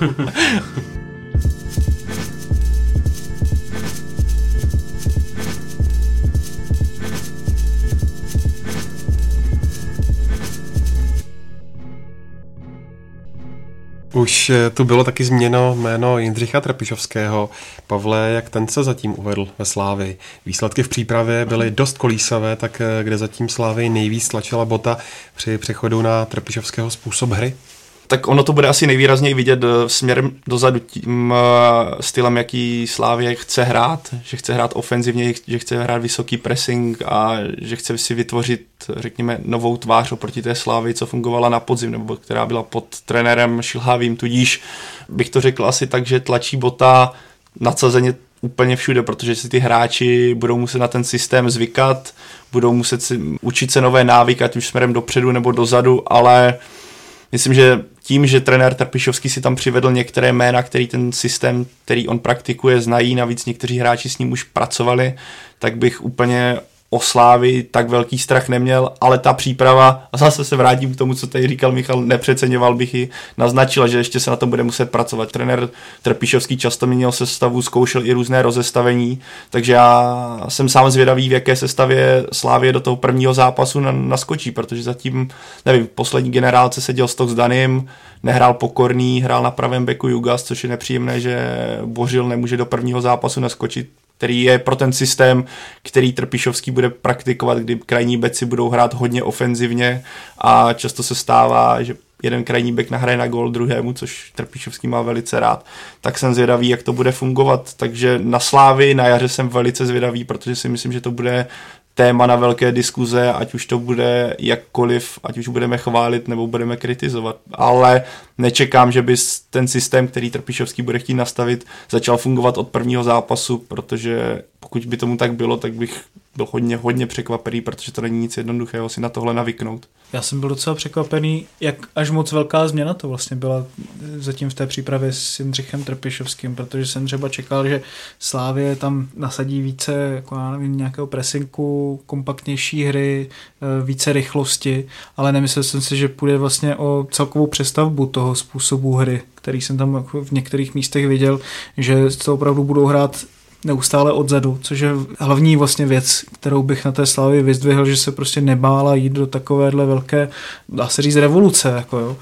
Už tu bylo taky změněno jméno Jindřicha Trpišovského. Pavle, jak ten se zatím uvedl ve Slávii? Výsledky v přípravě byly dost kolísavé, tak kde zatím Slávii nejvíc tlačila bota při přechodu na Trpišovského způsob hry? Tak ono to bude asi nejvýrazněji vidět směrem dozadu tím stylem, jaký Slavie chce hrát, že chce hrát ofenzivně, že chce hrát vysoký pressing a že chce si vytvořit, řekněme, novou tvář oproti té Slavii, co fungovala na podzim, nebo která byla pod trenérem Šilhavým, tudíž bych to řekl asi tak, že tlačí bota nadsazeně úplně všude, protože si ty hráči budou muset na ten systém zvykat, budou muset si učit se nové návyky, ať už směrem dopředu nebo dozadu, ale myslím, že tím, že trenér Trpišovský si tam přivedl některé jména, který ten systém, který on praktikuje, znají, navíc někteří hráči s ním už pracovali, tak bych úplně o Slávii tak velký strach neměl, ale ta příprava, a zase se vrátím k tomu, co tady říkal Michal, nepřeceňoval bych ji, naznačila, že ještě se na tom bude muset pracovat. Trenér Trpišovský často měnil sestavu, zkoušel i různé rozestavení, takže já jsem sám zvědavý, v jaké sestavě Slávie do toho prvního zápasu naskočí, protože zatím, nevím, v poslední generálce seděl Stok s Danym, nehrál Pokorný, hrál na pravém beku Jugas, což je nepříjemné, že Bořil nemůže do prvního zápasu naskočit, který je pro ten systém, který Trpišovský bude praktikovat, kdy krajní beci budou hrát hodně ofenzivně a často se stává, že jeden krajní bek nahraje na gól druhému, což Trpišovský má velice rád, tak jsem zvědavý, jak to bude fungovat. Takže na Slávii na jaře jsem velice zvědavý, protože si myslím, že to bude téma na velké diskuze, ať už to bude jakkoliv, ať už budeme chválit nebo budeme kritizovat. Ale nečekám, že by ten systém, který Trpišovský bude chtít nastavit, začal fungovat od prvního zápasu, protože pokud by tomu tak bylo, tak bych byl hodně, hodně překvapený, protože to není nic jednoduchého si na tohle navyknout. Já jsem byl docela překvapený, jak až moc velká změna to vlastně byla zatím v té přípravě s Jindřichem Trpišovským, protože jsem třeba čekal, že Slavie tam nasadí více jako já nevím, nějakého presinku, kompaktnější hry, více rychlosti, ale nemyslel jsem si, že půjde vlastně o celkovou přestavbu toho způsobu hry, který jsem tam v některých místech viděl, že to opravdu budou hrát neustále odzadu, což je hlavní vlastně věc, kterou bych na té Slavii vyzdvihl, že se prostě nebála jít do takovéhle velké, dá se říct, revoluce. Jako jo.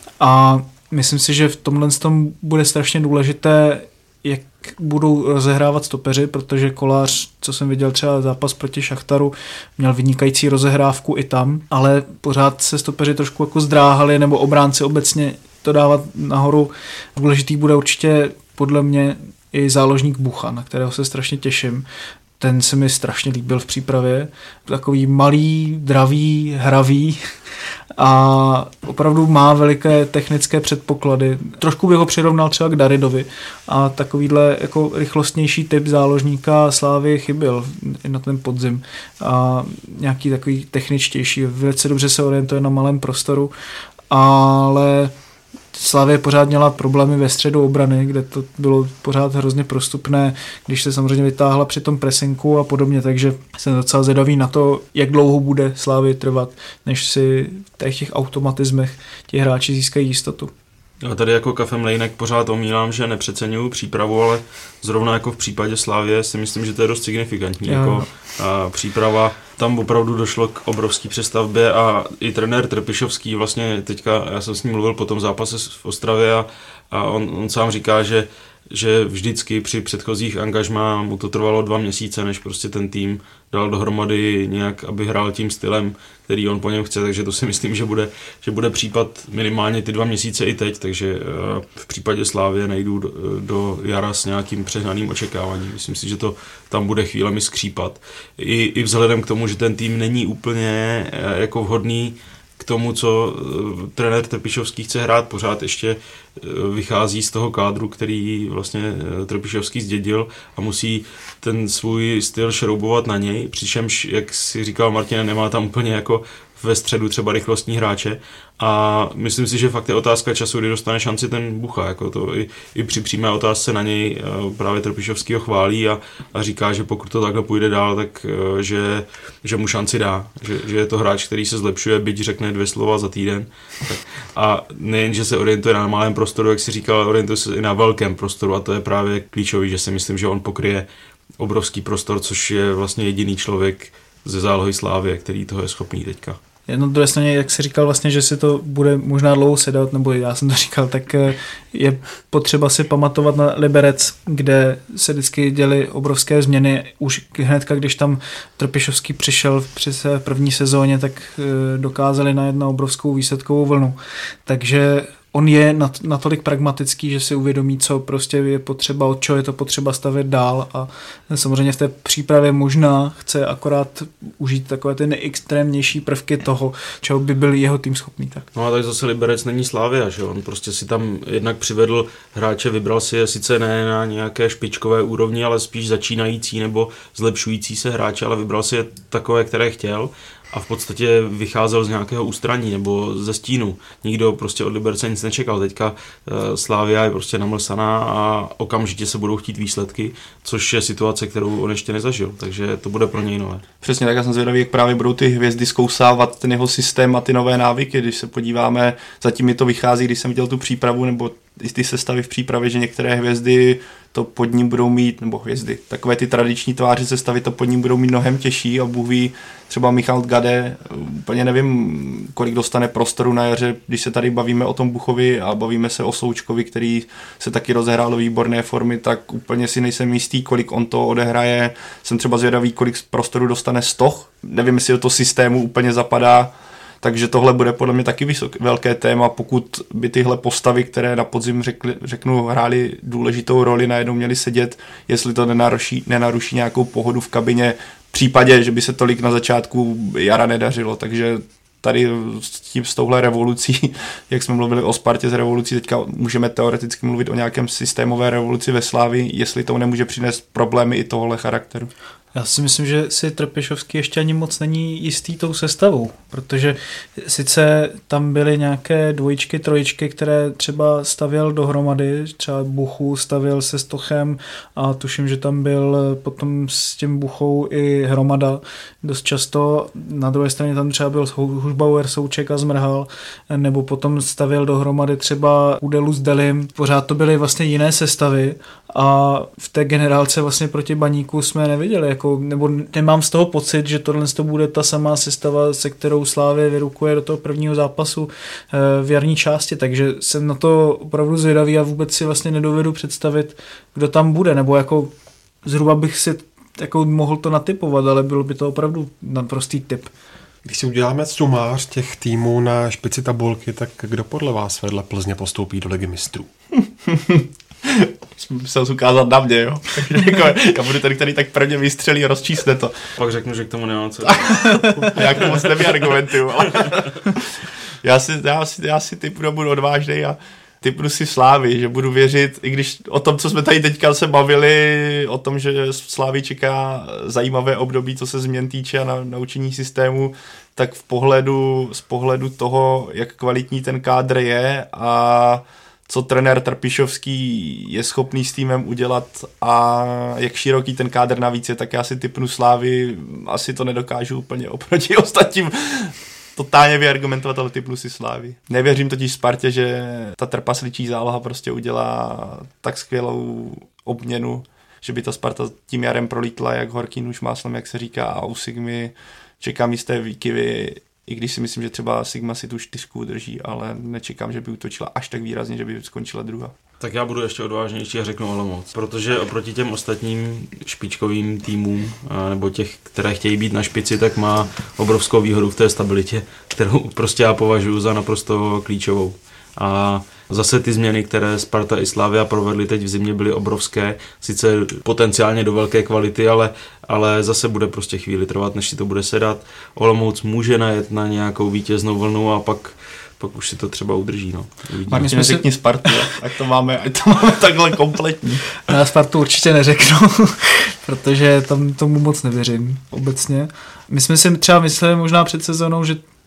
A myslím si, že v tomhle tom bude strašně důležité, jak budou rozehrávat stopeři, protože Kolář, co jsem viděl třeba zápas proti Šachtaru, měl vynikající rozehrávku i tam, ale pořád se stopeři trošku jako zdráhali, nebo obránci obecně to dávat nahoru. Důležitý bude určitě podle mě i záložník Bucha, na kterého se strašně těším. Ten se mi strašně líbil v přípravě. Takový malý, dravý, hravý a opravdu má veliké technické předpoklady. Trošku bych ho přirovnal třeba k Daridovi a takovýhle jako rychlostnější typ záložníka Slávy chyběl i na ten podzim. A nějaký takový techničtější, velice dobře se orientuje na malém prostoru, ale Slavie pořád měla problémy ve středu obrany, kde to bylo pořád hrozně prostupné, když se samozřejmě vytáhla při tom presinku a podobně, takže jsem docela zvědavý na to, jak dlouho bude Slavii trvat, než si v těch automatismech ti hráči získají jistotu. Já tady jako kafemlejnek pořád omílám, že nepřeceňuju přípravu, ale zrovna jako v případě Slavie si myslím, že to je dost signifikantní. Jako, a příprava, tam opravdu došlo k obrovské přestavbě a i trenér Trpišovský vlastně teďka, já jsem s ním mluvil po tom zápase v Ostravě a, a on, on sám říká, že že vždycky při předchozích angažmá mu to trvalo dva měsíce, než prostě ten tým dal dohromady nějak, aby hrál tím stylem, který on po něm chce, takže to si myslím, že bude, že bude případ minimálně ty dva měsíce i teď, takže v případě Slávie nejdu do, do jara s nějakým přehnaným očekáváním. Myslím si, že to tam bude chvílemi skřípat. I, i vzhledem k tomu, že ten tým není úplně jako vhodný k tomu, co trenér Trpišovský chce hrát, pořád ještě vychází z toho kádru, který vlastně Trpišovský zdědil a musí ten svůj styl šroubovat na něj, přičemž, jak si říkal Martin, nemá tam úplně jako ve středu třeba rychlostní hráče a myslím si, že fakt je otázka času, kdy dostane šanci ten Bucha, jako to i, i při přímé otázce na něj právě Trpišovský ho chválí a, a říká, že pokud to takhle půjde dál, tak že, že mu šanci dá, že, že je to hráč, který se zlepšuje, byť řekne dvě slova za týden tak, a nejen, že se orientuje na malém prostoru, jak si říkal, orientuje se i na velkém prostoru a to je právě klíčový, že si myslím, že on pokryje obrovský prostor, což je vlastně jediný člověk ze zálohy Slávie, který toho je schopný teďka. Na druhé straně, jak jsi říkal vlastně, že si to bude možná dlouho sedat, nebo já jsem to říkal, tak je potřeba si pamatovat na Liberec, kde se vždycky děly obrovské změny. Už hnedka, když tam Trpišovský přišel při své první sezóně, tak dokázali najet na obrovskou výsledkovou vlnu. Takže on je natolik pragmatický, že si uvědomí, co prostě je potřeba, od čeho je to potřeba stavět dál a samozřejmě v té přípravě možná chce akorát užít takové ty nejextrémnější prvky toho, čeho by byl jeho tým schopný. Tak. No a tak zase Liberec není Slavia, že on prostě si tam jednak přivedl hráče, vybral si je sice ne na nějaké špičkové úrovni, ale spíš začínající nebo zlepšující se hráče, ale vybral si je takové, které chtěl. A v podstatě vycházel z nějakého ústraní nebo ze stínu. Nikdo prostě od Liberce nic nečekal. Teďka e, Slavia je prostě namlsaná a okamžitě se budou chtít výsledky, což je situace, kterou on ještě nezažil. Takže to bude pro něj nové. Přesně tak, já jsem zvědavý, jak právě budou ty hvězdy zkousávat ten jeho systém a ty nové návyky. Když se podíváme, zatím mi to vychází, když jsem dělal tu přípravu nebo ty sestavy v přípravě, že některé hvězdy to pod ním budou mít, nebo hvězdy, takové ty tradiční tváře sestavy to pod ním budou mít mnohem těžší a Bůh ví, třeba Michal Gade, úplně nevím, kolik dostane prostoru na jaře, když se tady bavíme o tom Buchovi a bavíme se o Součkovi, který se taky rozehrál do výborné formy, tak úplně si nejsem jistý, kolik on to odehraje. Jsem třeba zvědavý, kolik prostoru dostane Stoch, nevím, jestli do toho systému úplně zapadá. Takže tohle bude podle mě taky vysok, velké téma, pokud by tyhle postavy, které na podzim řekli, řeknu hrály důležitou roli, najednou měly sedět, jestli to nenaruší, nenaruší nějakou pohodu v kabině, v případě, že by se tolik na začátku jara nedařilo. Takže tady s, tím, s touhle revolucí, jak jsme mluvili o Spartě z revolucí, teďka můžeme teoreticky mluvit o nějakém systémové revoluci ve Slavii, jestli to nemůže přinést problémy i tohohle charakteru. Já si myslím, že si Trpišovský ještě ani moc není jistý tou sestavou, protože sice tam byly nějaké dvojičky, trojičky, které třeba stavěl dohromady, třeba Buchu stavěl se Stochem a tuším, že tam byl potom s tím Buchou i Hromada dost často. Na druhé straně tam třeba byl Hušbauer, Souček a Zmrhal, nebo potom stavěl dohromady třeba Udelu s Delim. Pořád to byly vlastně jiné sestavy a v té generálce vlastně proti Baníku jsme neviděli, jako, nebo nemám z toho pocit, že tohle to bude ta samá sestava, se kterou Slavie vyrukuje do toho prvního zápasu v jarní části, takže jsem na to opravdu zvědavý a vůbec si vlastně nedovedu představit, kdo tam bude, nebo jako zhruba bych si jako mohl to natipovat, ale bylo by to opravdu naprostý tip. Když si uděláme sumář těch týmů na špici tabulky, tak kdo podle vás vedle Plzně postoupí do Ligy mistrů? Musel ukázat na mě, jo. Takže jako, já budu tady, tady tak prvně vystřelí a rozčísne to. Pak řeknu, že k tomu nemám co. Já k tomu moc nevyargumentuju, ale já si, já si, já si typu budu odvážnej a typnu si Slávy, že budu věřit, i když o tom, co jsme tady teďka se bavili, o tom, že Slávy čeká zajímavé období, co se změn týče a na naučení systému, tak v pohledu, z pohledu toho, jak kvalitní ten kádr je a co trenér Trpišovský je schopný s týmem udělat a jak široký ten kádr navíc je, tak já si tipnu Slávy, asi to nedokážu úplně oproti ostatním totálně vyargumentovat, ale tipnu si Slávy. Nevěřím totiž Spartě, že ta trpasličí záloha prostě udělá tak skvělou obměnu, že by ta Sparta tím jarem prolítla jak horký nůž máslem, jak se říká, a u Sigmy čekám jisté výkyvy, i když si myslím, že třeba Sigma si tu čtyřku udrží, ale nečekám, že by útočila až tak výrazně, že by skončila druhá. Tak já budu ještě odvážnější a řeknu Olomouc, protože oproti těm ostatním špičkovým týmům, nebo těch, které chtějí být na špici, tak má obrovskou výhodu v té stabilitě, kterou prostě já považuji za naprosto klíčovou. A zase ty změny, které Sparta i Slavia provedly teď v zimě, byly obrovské, sice potenciálně do velké kvality, ale, ale zase bude prostě chvíli trvat, než si to bude sedat. Olomouc může najet na nějakou vítěznou vlnu a pak pak už si to třeba udrží. No. Martin, jsme řekni Spartu, ať to máme, ať to máme takhle kompletní. Já Spartu určitě neřeknu, protože tam tomu moc nevěřím obecně. My jsme si třeba mysleli možná před sezónou, že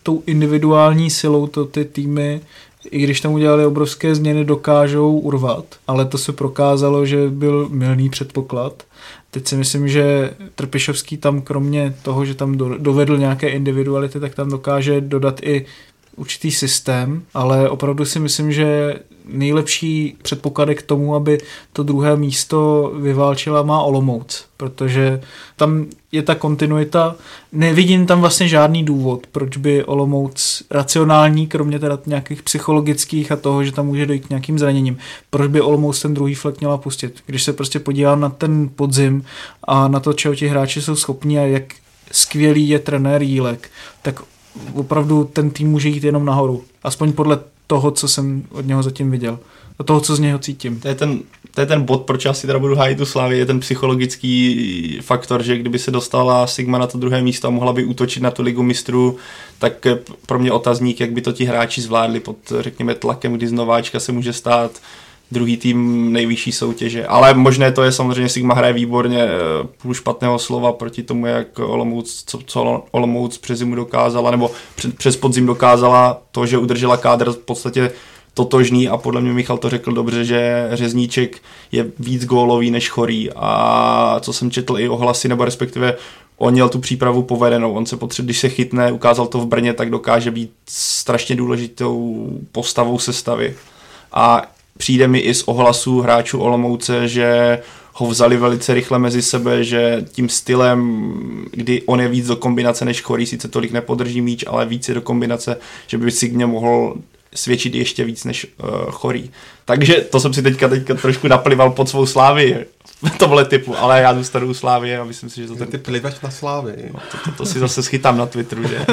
tou individuální silou to ty týmy, i když tam udělali obrovské změny, dokážou urvat, ale to se prokázalo, že byl mylný předpoklad. Teď si myslím, že Trpišovský tam kromě toho, že tam dovedl nějaké individuality, tak tam dokáže dodat i určitý systém, ale opravdu si myslím, že nejlepší předpoklady k tomu, aby to druhé místo vyválčila, má Olomouc, protože tam je ta kontinuita. Nevidím tam vlastně žádný důvod, proč by Olomouc racionální, kromě teda nějakých psychologických a toho, že tam může dojít k nějakým zraněním, proč by Olomouc ten druhý flek měla pustit. Když se prostě podívám na ten podzim a na to, čeho ti hráči jsou schopní a jak skvělý je trenér Jílek, tak opravdu ten tým může jít jenom nahoru. Aspoň podle toho, co jsem od něho zatím viděl. A toho, co z něho cítím. To je ten, to je ten bod, proč já si teda budu hájit tu Slávy, je ten psychologický faktor, že kdyby se dostala Sigma na to druhé místo a mohla by útočit na tu ligu mistrů, tak pro mě otazník, jak by to ti hráči zvládli pod, řekněme, tlakem, kdy z nováčka se může stát druhý tým nejvyšší soutěže. Ale možné to je, samozřejmě Sigma hraje výborně, půl špatného slova proti tomu, jak Olomouc, co, co Olomouc přes zimu dokázala, nebo před, přes podzim dokázala to, že udržela kádr v podstatě totožný a podle mě Michal to řekl dobře, že Řezníček je víc gólový než Chorý a co jsem četl i ohlasy, nebo respektive on měl tu přípravu povedenou, on se potřebuje, když se chytne, ukázal to v Brně, tak dokáže být strašně důležitou postavou sestavy. A přijde mi i z ohlasů hráčů Olomouce, že ho vzali velice rychle mezi sebe, že tím stylem, kdy on je víc do kombinace než Chorý, sice tolik nepodrží míč, ale víc je do kombinace, že by si k mě mohl svědčit ještě víc než uh, Chorý. Takže to jsem si teďka, teďka trošku naplival pod svou Slávy tohle typu, ale já zůstanu u Slávy a myslím si, že to ten... Ty plivač na Slávy. No, to, to, to si zase schytám na Twitteru, že?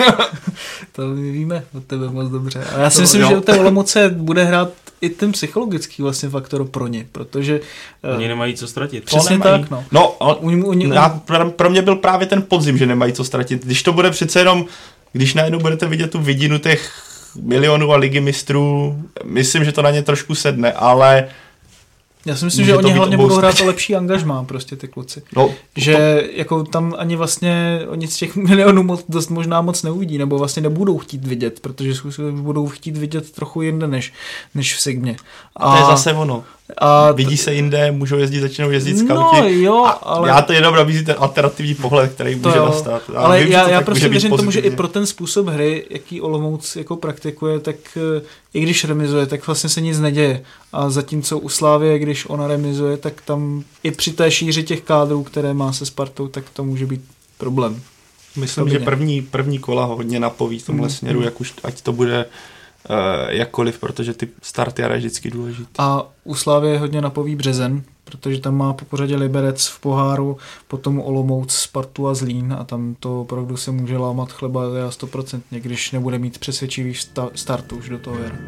To my víme od tebe moc dobře. A já si to, myslím, jo. že u té Olomouce bude hrát i ten psychologický vlastně faktor pro ně, protože... Oni nemají co ztratit. Přesně tak, no. No, ale u, u, u, já, pro mě byl právě ten podzim, že nemají co ztratit. Když to bude přece jenom, když najednou budete vidět tu vidinu těch milionů a ligy mistrů, myslím, že to na ně trošku sedne, ale... Já si myslím, že oni hlavně budou hrát o lepší angažmá, prostě ty kluci. No, že to... jako tam ani vlastně oni z těch milionů moc, dost možná moc neuvidí, nebo vlastně nebudou chtít vidět, protože budou chtít vidět trochu jinde než, než v Sigmě. A to je zase ono. A vidí se jinde, můžou jezdit, začnou jezdit skauti. No jo, ale... Já to jenom nabízí ten alternativní pohled, který může jo. nastat. Já ale vím, já, já tak prostě věřím tomu, že i pro ten způsob hry, jaký Olomouc jako praktikuje, tak i když remizuje, tak vlastně se nic neděje. A zatímco u Slávie, když ona remizuje, tak tam i při té šíři těch kádrů, které má se Spartou, tak to může být problém. Myslím, že první, první kola hodně napoví v tomhle mm. směru, jak už ať to bude uh, jakkoliv, protože ty starty je vždycky důležitý. A u Slávie hodně napoví březen, protože tam má po pořadě Liberec v poháru, potom Olomouc, Spartu a Zlín a tam to opravdu se může lámat chleba stoprocentně, když nebude mít přesvědčivý sta- start už do toho jara.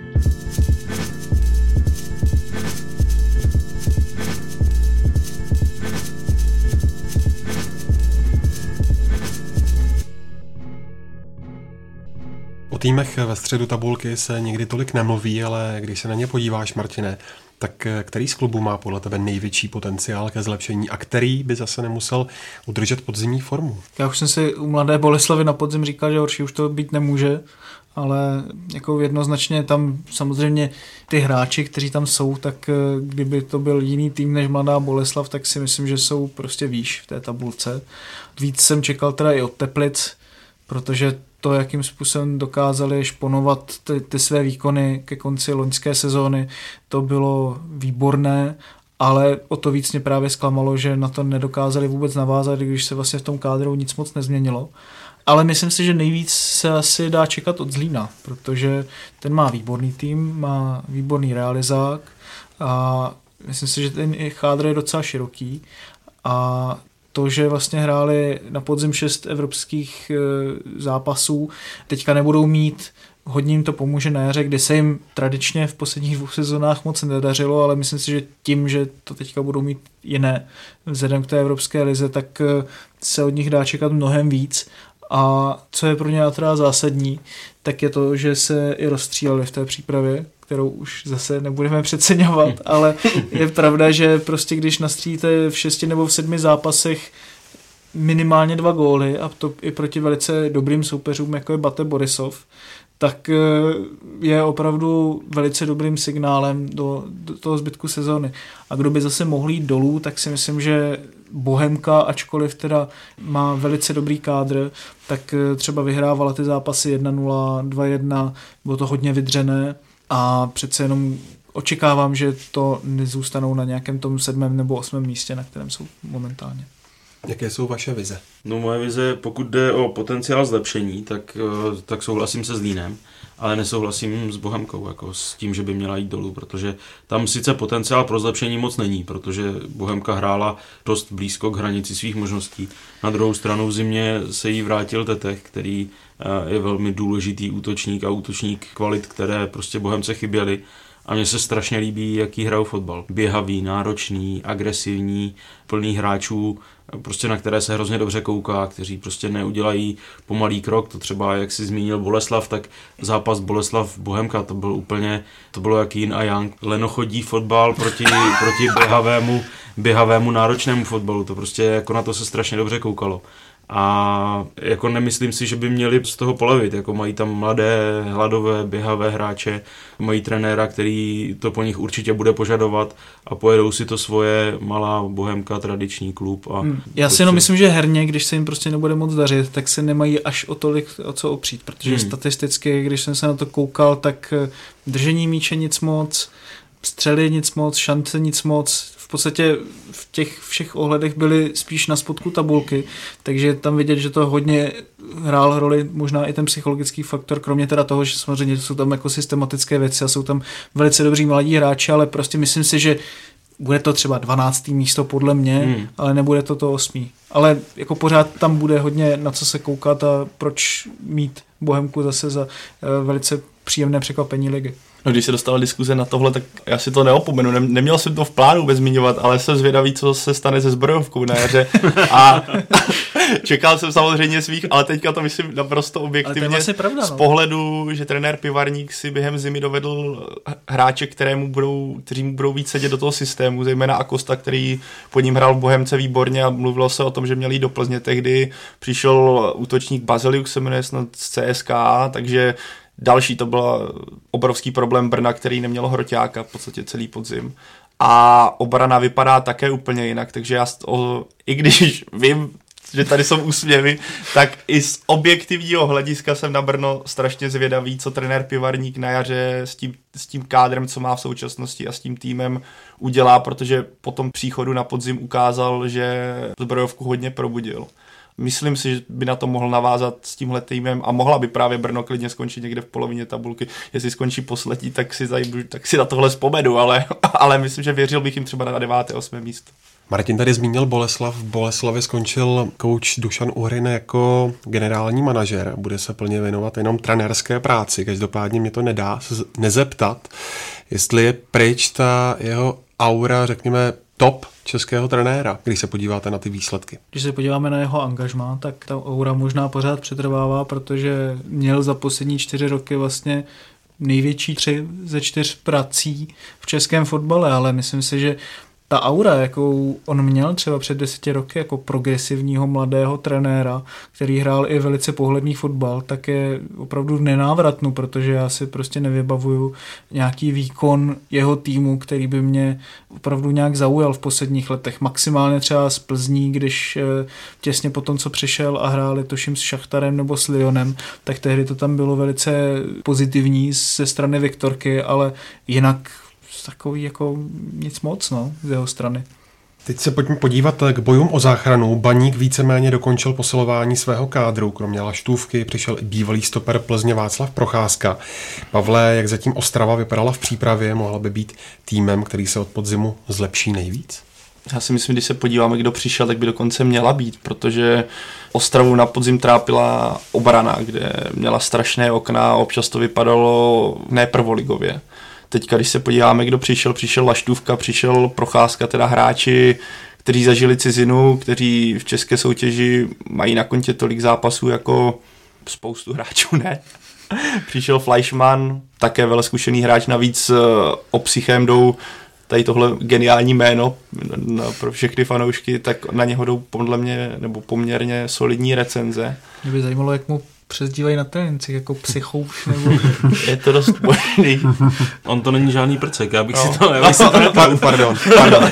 O týmech ve středu tabulky se někdy tolik nemluví, ale když se na ně podíváš, Martine, tak který z klubů má podle tebe největší potenciál ke zlepšení a který by zase nemusel udržet podzimní formu? Já už jsem si u Mladé Boleslavy na podzim říkal, že horší už to být nemůže, ale jako jednoznačně tam samozřejmě ty hráči, kteří tam jsou, tak kdyby to byl jiný tým než Mladá Boleslav, tak si myslím, že jsou prostě výš v té tabulce. Víc jsem čekal teda i od Teplic, protože to, jakým způsobem dokázali šponovat ty, ty své výkony ke konci loňské sezóny, to bylo výborné, ale o to víc mě právě zklamalo, že na to nedokázali vůbec navázat, když se vlastně v tom kádru nic moc nezměnilo. Ale myslím si, že nejvíc se asi dá čekat od Zlína, protože ten má výborný tým, má výborný realizák a myslím si, že ten kádr je docela široký a to, že vlastně hráli na podzim šest evropských e, zápasů, teďka nebudou mít, hodně jim to pomůže na jaře, kdy se jim tradičně v posledních dvou sezónách moc nedařilo, ale myslím si, že tím, že to teďka budou mít jiné vzhledem k té evropské lize, tak e, se od nich dá čekat mnohem víc. A co je pro ně teda zásadní, tak je to, že se i rozstříleli v té přípravě, kterou už zase nebudeme přeceňovat, ale je pravda, že prostě když nastřílíte v šesti nebo v sedmi zápasech minimálně dva góly a to i proti velice dobrým soupeřům, jako je Bate Borisov, tak je opravdu velice dobrým signálem do, do toho zbytku sezóny. A kdo by zase mohl jít dolů, tak si myslím, že Bohemka, ačkoliv teda má velice dobrý kádr, tak třeba vyhrávala ty zápasy jedna nula, dva jedna, bylo to hodně vydřené a přece jenom očekávám, že to nezůstanou na nějakém tom sedmém nebo osmém místě, na kterém jsou momentálně. Jaké jsou vaše vize? No moje vize, pokud jde o potenciál zlepšení, tak, tak souhlasím se Zlínem, ale nesouhlasím s Bohemkou, jako s tím, že by měla jít dolů, protože tam sice potenciál pro zlepšení moc není, protože Bohemka hrála dost blízko k hranici svých možností. Na druhou stranu v zimě se jí vrátil Tetech, který je velmi důležitý útočník a útočník kvalit, které prostě Bohemce chyběly. A mně se strašně líbí, jaký hrajou fotbal. Běhavý, náročný, agresivní, plný hráčů, prostě na které se hrozně dobře kouká, kteří prostě neudělají pomalý krok. To třeba, jak si zmínil Boleslav, tak zápas Boleslav Bohemka, to byl úplně, to bylo jak yin a yang. Lenochodí fotbal proti, proti běhavému, běhavému náročnému fotbalu. To prostě jako na to se strašně dobře koukalo. A jako nemyslím si, že by měli z toho polevit, jako mají tam mladé, hladové, běhavé hráče, mají trenéra, který to po nich určitě bude požadovat a pojedou si to svoje, malá Bohemka, tradiční klub. A hmm. Já si jenom myslím, že herně, když se jim prostě nebude moc dařit, tak se nemají až o tolik o co opřít, protože hmm. statisticky, když jsem se na to koukal, tak držení míče nic moc, střely nic moc, šance nic moc, v podstatě v těch všech ohledech byly spíš na spodku tabulky, takže tam vidět, že to hodně hrál roli možná i ten psychologický faktor, kromě teda toho, že samozřejmě jsou tam jako systematické věci a jsou tam velice dobří mladí hráči, ale prostě myslím si, že bude to třeba dvanácté místo podle mě, hmm. ale nebude to to osmý. Ale jako pořád tam bude hodně na co se koukat a proč mít Bohemku zase za uh, velice příjemné překvapení ligy. No, když se dostala diskuze na tohle, tak já si to neopomenu. Neměl jsem to v plánu vůbec zmiňovat, ale jsem zvědavý, co se stane se Zbrojovkou na jaře. A čekal jsem samozřejmě svých, ale teďka to myslím naprosto objektivně. Vlastně pravda, no. Z pohledu, že trenér Pivarník si během zimy dovedl hráče, kterému budou, kteří mu budou víc sedět do toho systému, zejména Acosta, který pod ním hrál v Bohemce výborně a mluvilo se o tom, že měl jít do Plzně. Tehdy přišel útočník Baziliuk, se jmenuje snad z C S K A, takže další to byl obrovský problém Brna, který neměl hroťáka v podstatě celý podzim. A obrana vypadá také úplně jinak, takže já o, i když vím, že tady jsou úsměvy, tak i z objektivního hlediska jsem na Brno strašně zvědavý, co trenér Pivarník na jaře s tím, s tím kádrem, co má v současnosti a s tím týmem udělá, protože po tom příchodu na podzim ukázal, že Zbrojovku hodně probudil. Myslím si, že by na to mohl navázat s tímhle týmem a mohla by právě Brno klidně skončit někde v polovině tabulky. Jestli skončí poslední, tak si, zajbu, tak si na tohle vzpomenu, ale, ale myslím, že věřil bych jim třeba na deváté, osmé místo. Martin tady zmínil Boleslav. V Boleslavě skončil kouč Dušan Uhrin jako generální manažer. Bude se plně věnovat jenom trenérské práci. Každopádně mě to nedá nezeptat, jestli je pryč ta jeho aura, řekněme, top českého trenéra, když se podíváte na ty výsledky. Když se podíváme na jeho angažmá, tak ta aura možná pořád přetrvává, protože měl za poslední čtyři roky vlastně největší tři ze čtyř prací v českém fotbale, ale myslím si, že ta aura, jakou on měl třeba před deseti roky jako progresivního mladého trenéra, který hrál i velice pohledný fotbal, tak je opravdu nenávratnou, protože já si prostě nevybavuju nějaký výkon jeho týmu, který by mě opravdu nějak zaujal v posledních letech. Maximálně třeba z Plzní, když těsně po tom, co přišel a hráli tuším s Šachtarem nebo s Lyonem, tak tehdy to tam bylo velice pozitivní ze strany Viktorky, ale jinak takový jako nic moc, no, z jeho strany. Teď se pojďme podívat k bojům o záchranu. Baník víceméně dokončil posilování svého kádru. Kromě Laštůvky přišel i bývalý stoper Plzně Václav Procházka. Pavle, jak zatím Ostrava vypadala v přípravě, mohla by být týmem, který se od podzimu zlepší nejvíc? Já si myslím, když se podíváme, kdo přišel, tak by dokonce měla být, protože Ostravu na podzim trápila obrana, kde měla strašné okna a občas to vypadalo ne prvoligově. Teďka, když se podíváme, kdo přišel, přišel Laštůvka, přišel Procházka, teda hráči, kteří zažili cizinu, kteří v české soutěži mají na kontě tolik zápasů jako spoustu hráčů, ne? Přišel Fleischmann, také veleskušený hráč, navíc o psychem jdou tady tohle geniální jméno pro všechny fanoušky, tak na něho jdou podle mě, nebo poměrně solidní recenze. Mě by zajímalo, jak mu přezdívají na trénincích, jako psychouš, nebo... Je to dost možný. On to není žádný prcek, já bych no. si to... Já bych si to pardon, pardon, pardon.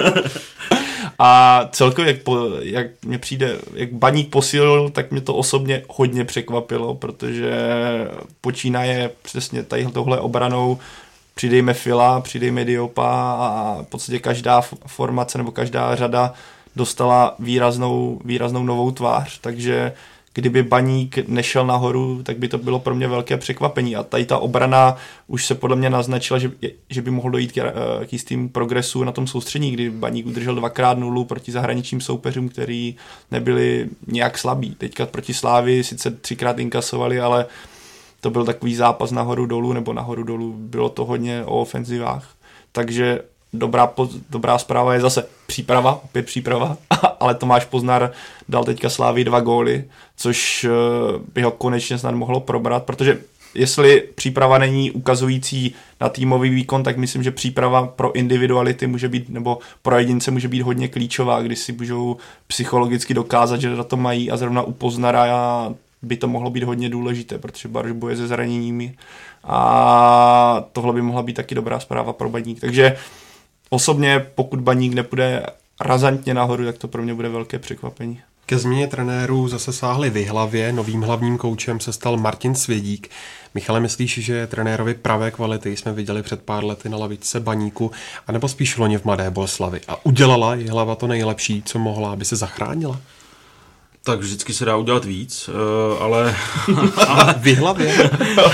A celkově, jak, po, jak mě přijde, jak Baník posílil, tak mě to osobně hodně překvapilo, protože počínaje přesně tady tohle obranou, přidejme Fila, přidejme Diopa a v podstatě každá formace nebo každá řada dostala výraznou, výraznou novou tvář, takže kdyby Baník nešel nahoru, tak by to bylo pro mě velké překvapení. A tady ta obrana už se podle mě naznačila, že, že by mohlo dojít k, k jistým progresu na tom soustředí, kdy Baník udržel dvakrát nulu proti zahraničním soupeřům, který nebyli nějak slabí. Teďka proti Slávii sice třikrát inkasovali, ale to byl takový zápas nahoru dolů, nebo nahoru dolů. Bylo to hodně o ofenzivách. Takže dobrá, dobrá zpráva je zase příprava, opět příprava, ale Tomáš Poznar dal teďka Slávii dva góly, což by ho konečně snad mohlo probrat, protože jestli příprava není ukazující na týmový výkon, tak myslím, že příprava pro individuality může být, nebo pro jedince může být hodně klíčová, když si můžou psychologicky dokázat, že na to mají, a zrovna u Poznara by to mohlo být hodně důležité, protože Baroš boje se zraněními a tohle by mohla být taky dobrá zpráva pro Baník. Takže osobně, pokud Baník nepůjde razantně nahoru, tak to pro mě bude velké překvapení. Ke změně trenérů zase sáhli v Jihlavě, novým hlavním koučem se stal Martin Svědík. Michale, myslíš, že trenérovi pravé kvality jsme viděli před pár lety na lavičce Baníku, anebo spíš loni v Mladé Boleslavi? A udělala Jihlava to nejlepší, co mohla, aby se zachránila? Tak vždycky se dá udělat víc, ale... ale v Jihlavě?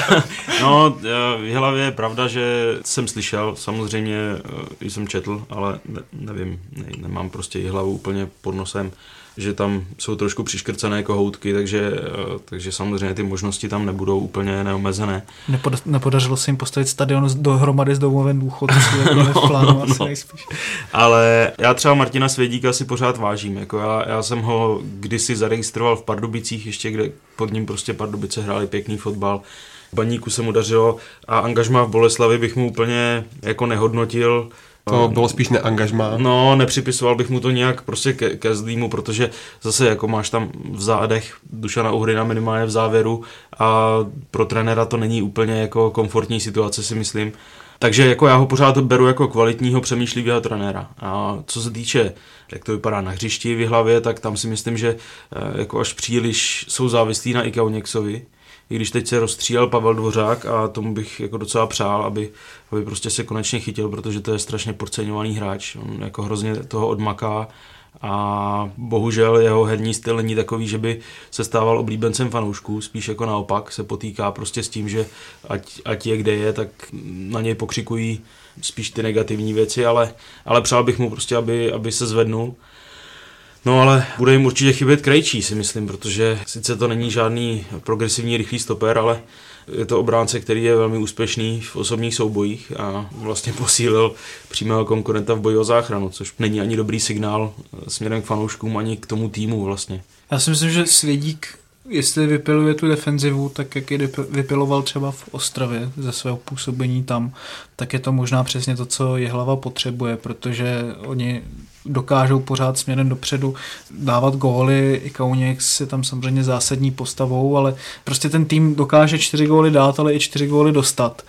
No, v Jihlavě je pravda, že jsem slyšel, samozřejmě jsem četl, ale ne, nevím, ne, nemám prostě Jihlavu úplně pod nosem, že tam jsou trošku přiškrcené kohoutky, takže, takže samozřejmě ty možnosti tam nebudou úplně neomezené. Nepod, nepodařilo se jim postavit stadion dohromady s domovem důchodců, jak no, v plánu no, asi no. nejspíš. Ale já třeba Martina Svědíka si pořád vážím. Jako já, já jsem ho kdysi zaregistroval v Pardubicích, ještě kde pod ním prostě Pardubice hráli pěkný fotbal. V Baníku se mu dařilo a angažmá v Boleslavi bych mu úplně jako nehodnotil. To bylo spíš neangažmá. No, nepřipisoval bych mu to nějak prostě ke, ke zlýmu, protože zase jako máš tam v zádech Dušana Uhryna minimálně v závěru a pro trenéra to není úplně jako komfortní situace, si myslím. Takže jako já ho pořád beru jako kvalitního, přemýšlivého trenéra. A co se týče, jak to vypadá na hřišti v Jihlavě, tak tam si myslím, že jako až příliš jsou závislí na Ika Oněksovi. I když teď se rozstřílel Pavel Dvořák a tomu bych jako docela přál, aby, aby prostě se konečně chytil, protože to je strašně podceňovaný hráč. On jako hrozně toho odmaká a bohužel jeho herní styl není takový, že by se stával oblíbencem fanoušků, spíš jako naopak se potýká prostě s tím, že ať, ať je kde je, tak na něj pokřikují spíš ty negativní věci, ale, ale přál bych mu prostě, aby, aby se zvednul. No ale bude jim určitě chybět Krejčí, si myslím, protože sice to není žádný progresivní rychlý stoper, ale je to obránce, který je velmi úspěšný v osobních soubojích a vlastně posílil přímého konkurenta v boji o záchranu, což není ani dobrý signál směrem k fanouškům, ani k tomu týmu vlastně. Já si myslím, že Svědík, jestli vypiluje tu defenzivu, tak jak je vypiloval třeba v Ostravě ze svého působení tam, tak je to možná přesně to, co Jihlava potřebuje, protože oni dokážou pořád směrem dopředu dávat góly, i Kauněx je tam samozřejmě zásadní postavou, ale prostě ten tým dokáže čtyři góly dát, ale i čtyři góly dostat.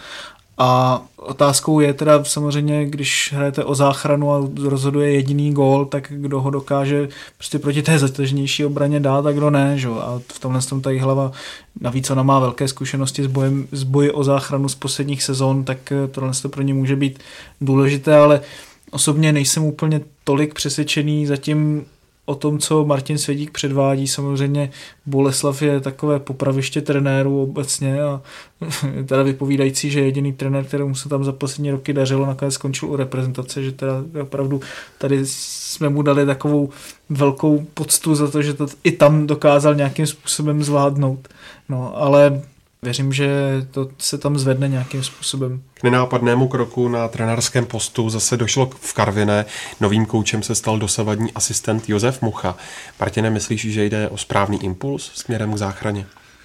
A otázkou je teda samozřejmě, když hrajete o záchranu a rozhoduje jediný gól, tak kdo ho dokáže prostě proti té zatěžnější obraně dát a kdo ne. Že? A v tomhle tom ta Jihlava, navíc ona má velké zkušenosti s bojem, s boji o záchranu z posledních sezon, tak tohle to pro ně může být důležité, ale osobně nejsem úplně tolik přesvědčený zatím o tom, co Martin Svědík předvádí. Samozřejmě Boleslav je takové popraviště trenérů obecně a teda vypovídající, že jediný trenér, kterému se tam za poslední roky dařilo, nakonec skončil u reprezentace, že teda opravdu tady jsme mu dali takovou velkou poctu za to, že to i tam dokázal nějakým způsobem zvládnout. No, ale věřím, že to se tam zvedne nějakým způsobem. K nenápadnému kroku na trenérském postu zase došlo v Karviné. Novým koučem se stal dosavadní asistent Josef Mucha. Martine, myslíš, že jde o správný impuls směrem k záchraně?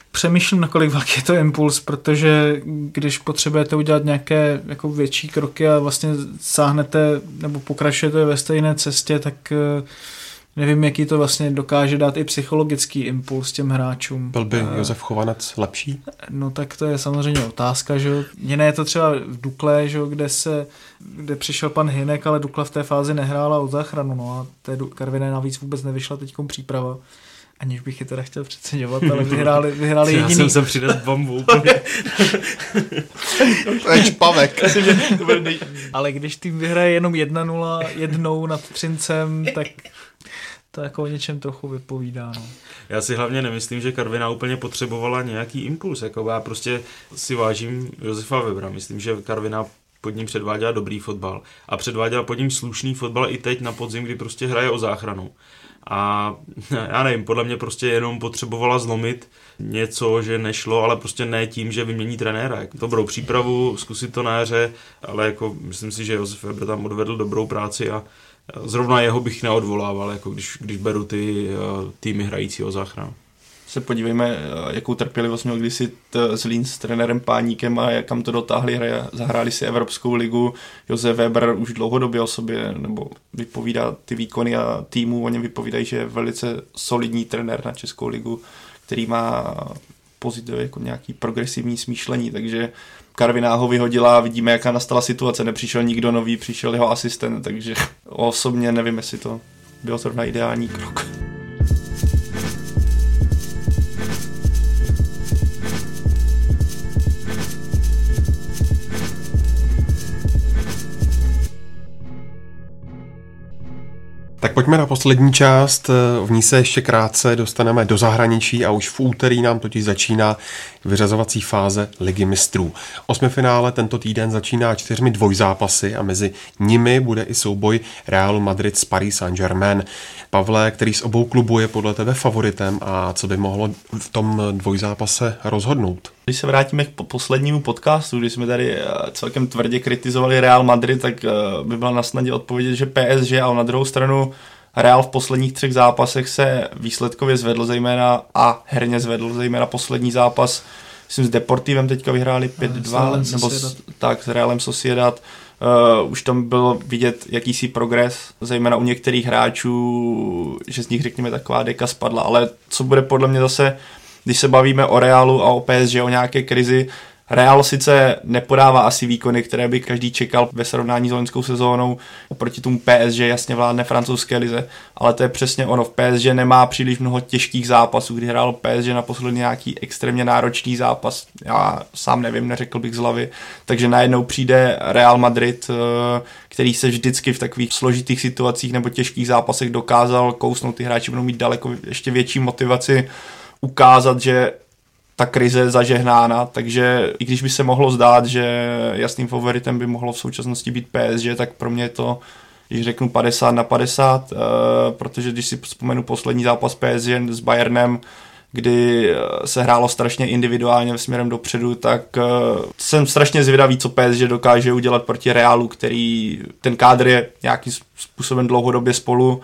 Přemýšlím, nakolik velký je to impuls, protože když potřebujete udělat nějaké jako větší kroky a vlastně sáhnete nebo pokračujete ve stejné cestě, tak nevím, jaký to vlastně dokáže dát i psychologický impuls těm hráčům. Byl by Josef Chovanec lepší? No tak to je samozřejmě otázka, že jo. Jiné je to třeba v Dukle, že jo, kde se, kde přišel pan Hynek, ale Dukla v té fázi nehrála o záchranu, no a té Karviné navíc vůbec nevyšla teďkom příprava. Aniž bych je teda chtěl přeceňovat, ale vyhráli, vyhráli jediný. Já jsem sem přines bombu úplně. To je špavek. Ale když tým vyhraje jenom jedna nula jednou nad Třincem, tak to jako o něčem trochu vypovídá. No. Já si hlavně nemyslím, že Karviná úplně potřebovala nějaký impuls. Jako já prostě si vážím Josefa Webera. Myslím, že Karviná pod ním předváděla dobrý fotbal. A předváděla pod ním slušný fotbal i teď na podzim, kdy prostě hraje o záchranu. A já nevím, podle mě prostě jenom potřebovala zlomit něco, že nešlo, ale prostě ne tím, že vymění trenéra. Jako dobrou přípravu, zkusit to na jaře, ale jako myslím si, že Josef Weber tam odvedl dobrou práci a zrovna jeho bych neodvolával, jako když, když beru ty týmy hrající o záchranu. Se podívejme, jakou trpělivost měl kdysi Zlín s trenérem Páníkem a kam to dotáhli, hraje, zahráli si Evropskou ligu. Josef Weber už dlouhodobě o sobě nebo vypovídá ty výkony a týmu, o něm vypovídají, že je velice solidní trenér na Českou ligu, který má pozitivně jako nějaký progresivní smýšlení, takže Karviná ho vyhodila a vidíme, jaká nastala situace. Nepřišel nikdo nový, přišel jeho asistent, takže osobně nevím, jestli to byl zrovna ideální krok. Tak pojďme na poslední část, v ní se ještě krátce dostaneme do zahraničí a už v úterý nám totiž začíná vyřazovací fáze Ligy mistrů. Osmifinále tento týden začíná čtyřmi dvojzápasy a mezi nimi bude i souboj Realu Madrid s Paris Saint-Germain. Pavle, který z obou klubů je podle tebe favoritem a co by mohlo v tom dvojzápase rozhodnout? Když se vrátíme k poslednímu podcastu, kdy jsme tady celkem tvrdě kritizovali Real Madrid, tak by byla na snadě odpovědět, že P S G, ale na druhou stranu Real v posledních třech zápasech se výsledkově zvedl zejména a herně zvedl zejména poslední zápas, myslím s Deportivem teďka vyhráli pět dva, nebo s, tak s Realem Sociedad. Uh, už tam bylo vidět jakýsi progres, zejména u některých hráčů, že z nich řekněme taková deka spadla, ale co bude podle mě zase, když se bavíme o Realu a o P S G, o nějaké krizi, Real sice nepodává asi výkony, které by každý čekal ve srovnání s loňskou sezónou, oproti tomu P S G jasně vládne francouzské lize, ale to je přesně ono, v P S G nemá příliš mnoho těžkých zápasů, kdy hrál P S G naposledy nějaký extrémně náročný zápas, já sám nevím, neřekl bych z hlavy, takže najednou přijde Real Madrid, který se vždycky v takových složitých situacích nebo těžkých zápasech dokázal kousnout, ty hráči budou mít daleko ještě větší motivaci ukázat, že ta krize je zažehnána, takže i když by se mohlo zdát, že jasným favoritem by mohlo v současnosti být P S G, tak pro mě je to, když řeknu padesát na padesát, protože když si vzpomenu poslední zápas P S G s Bayernem, kdy se hrálo strašně individuálně směrem dopředu, tak jsem strašně zvědavý, co P S G dokáže udělat proti Realu, který ten kádr je nějakým způsobem dlouhodobě spolu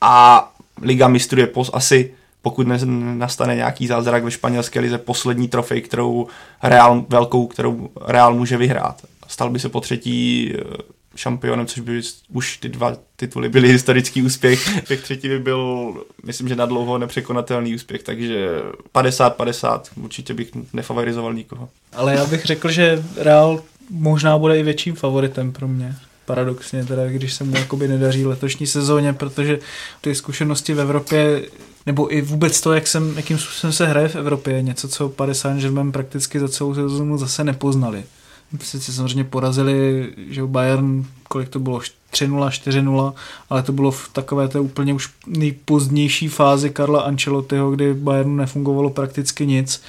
a Liga mistrů je pos, asi pokud nastane nějaký zázrak ve španělské lize, poslední trofej, kterou Real, velkou, kterou Real může vyhrát. Stal by se po třetí šampionem, což by už ty dva tituly byly historický úspěch. Těch třetí by byl, myslím, že na dlouho nepřekonatelný úspěch, takže padesát padesát, určitě bych nefavorizoval nikoho. Ale já bych řekl, že Real možná bude i větším favoritem pro mě. Paradoxně, teda, když se mu jakoby nedaří letošní sezóně, protože ty zkušenosti v Evropě nebo i vůbec to, jak jsem, jakým způsobem se hraje v Evropě, je něco, co Paris Saint-Germain prakticky za celou sezónu zase nepoznali. Sice samozřejmě porazili, že Bayern, kolik to bylo, tři nula, čtyři nula, ale to bylo v takové té úplně už nejpozdější fázi Carla Ancelottiho, kdy Bayernu nefungovalo prakticky nic.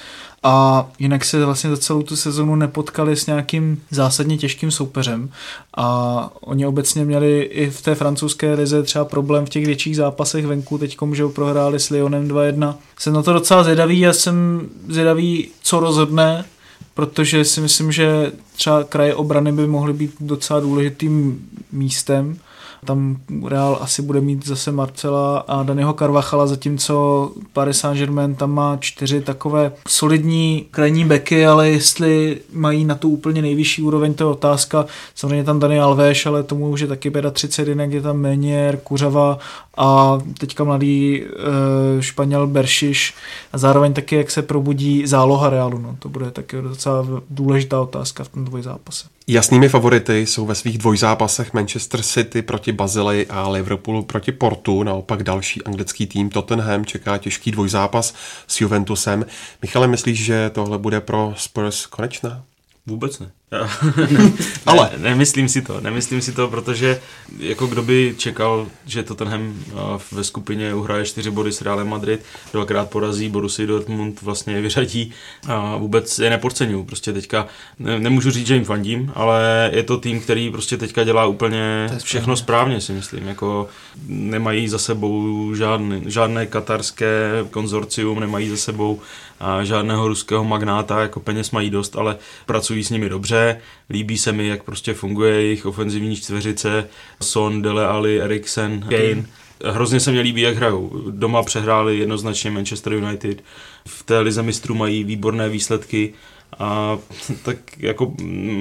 A jinak se vlastně za celou tu sezonu nepotkali s nějakým zásadně těžkým soupeřem a oni obecně měli i v té francouzské lize třeba problém v těch větších zápasech venku, teďkom, že ho prohráli s Lyonem dva jedna. Jsem na to docela zvědavý a jsem zvědavý, co rozhodne, protože si myslím, že třeba kraje obrany by mohly být docela důležitým místem Tam Real asi bude mít zase Marcela a Daniho Carvajala, zatímco Paris Saint-Germain tam má čtyři takové solidní krajní beky, ale jestli mají na tu úplně nejvyšší úroveň, to je otázka. Samozřejmě tam Dani Alves, ale tomu už je taky třicet pět, jinak je tam Meunier, Kuřava a teďka mladý e, Španěl Beršiš a zároveň taky, jak se probudí záloha Realu. No, to bude taky docela důležitá otázka v tom dvojzápase. Jasnými favority jsou ve svých dvojzápasech Manchester City proti Bazileji a Liverpoolu proti Portu. Naopak další anglický tým Tottenham čeká těžký dvojzápas s Juventusem. Michale, myslíš, že tohle bude pro Spurs konečná? Vůbec ne. ne, ale ne, nemyslím si to, nemyslím si to, protože jako kdo by čekal, že Tottenham ve skupině uhraje čtyři body s Realem Madrid, dvakrát porazí Borussia Dortmund, vlastně vyřadí a vůbec je nepodceňuju. Prostě teďka ne, nemůžu říct, že jim fandím, ale je to tým, který prostě teďka dělá úplně všechno správně, si myslím. Jako nemají za sebou žádný, žádné katarské konzorcium, nemají za sebou a žádného ruského magnáta, jako peněz mají dost, ale pracují s nimi dobře. Líbí se mi, jak prostě funguje jejich ofenzivní čtveřice, Son, Dele Alli, Eriksen, Kane. Hrozně se mi líbí, jak hrajou. Doma přehráli jednoznačně Manchester United. V té lize mistrů mají výborné výsledky a tak jako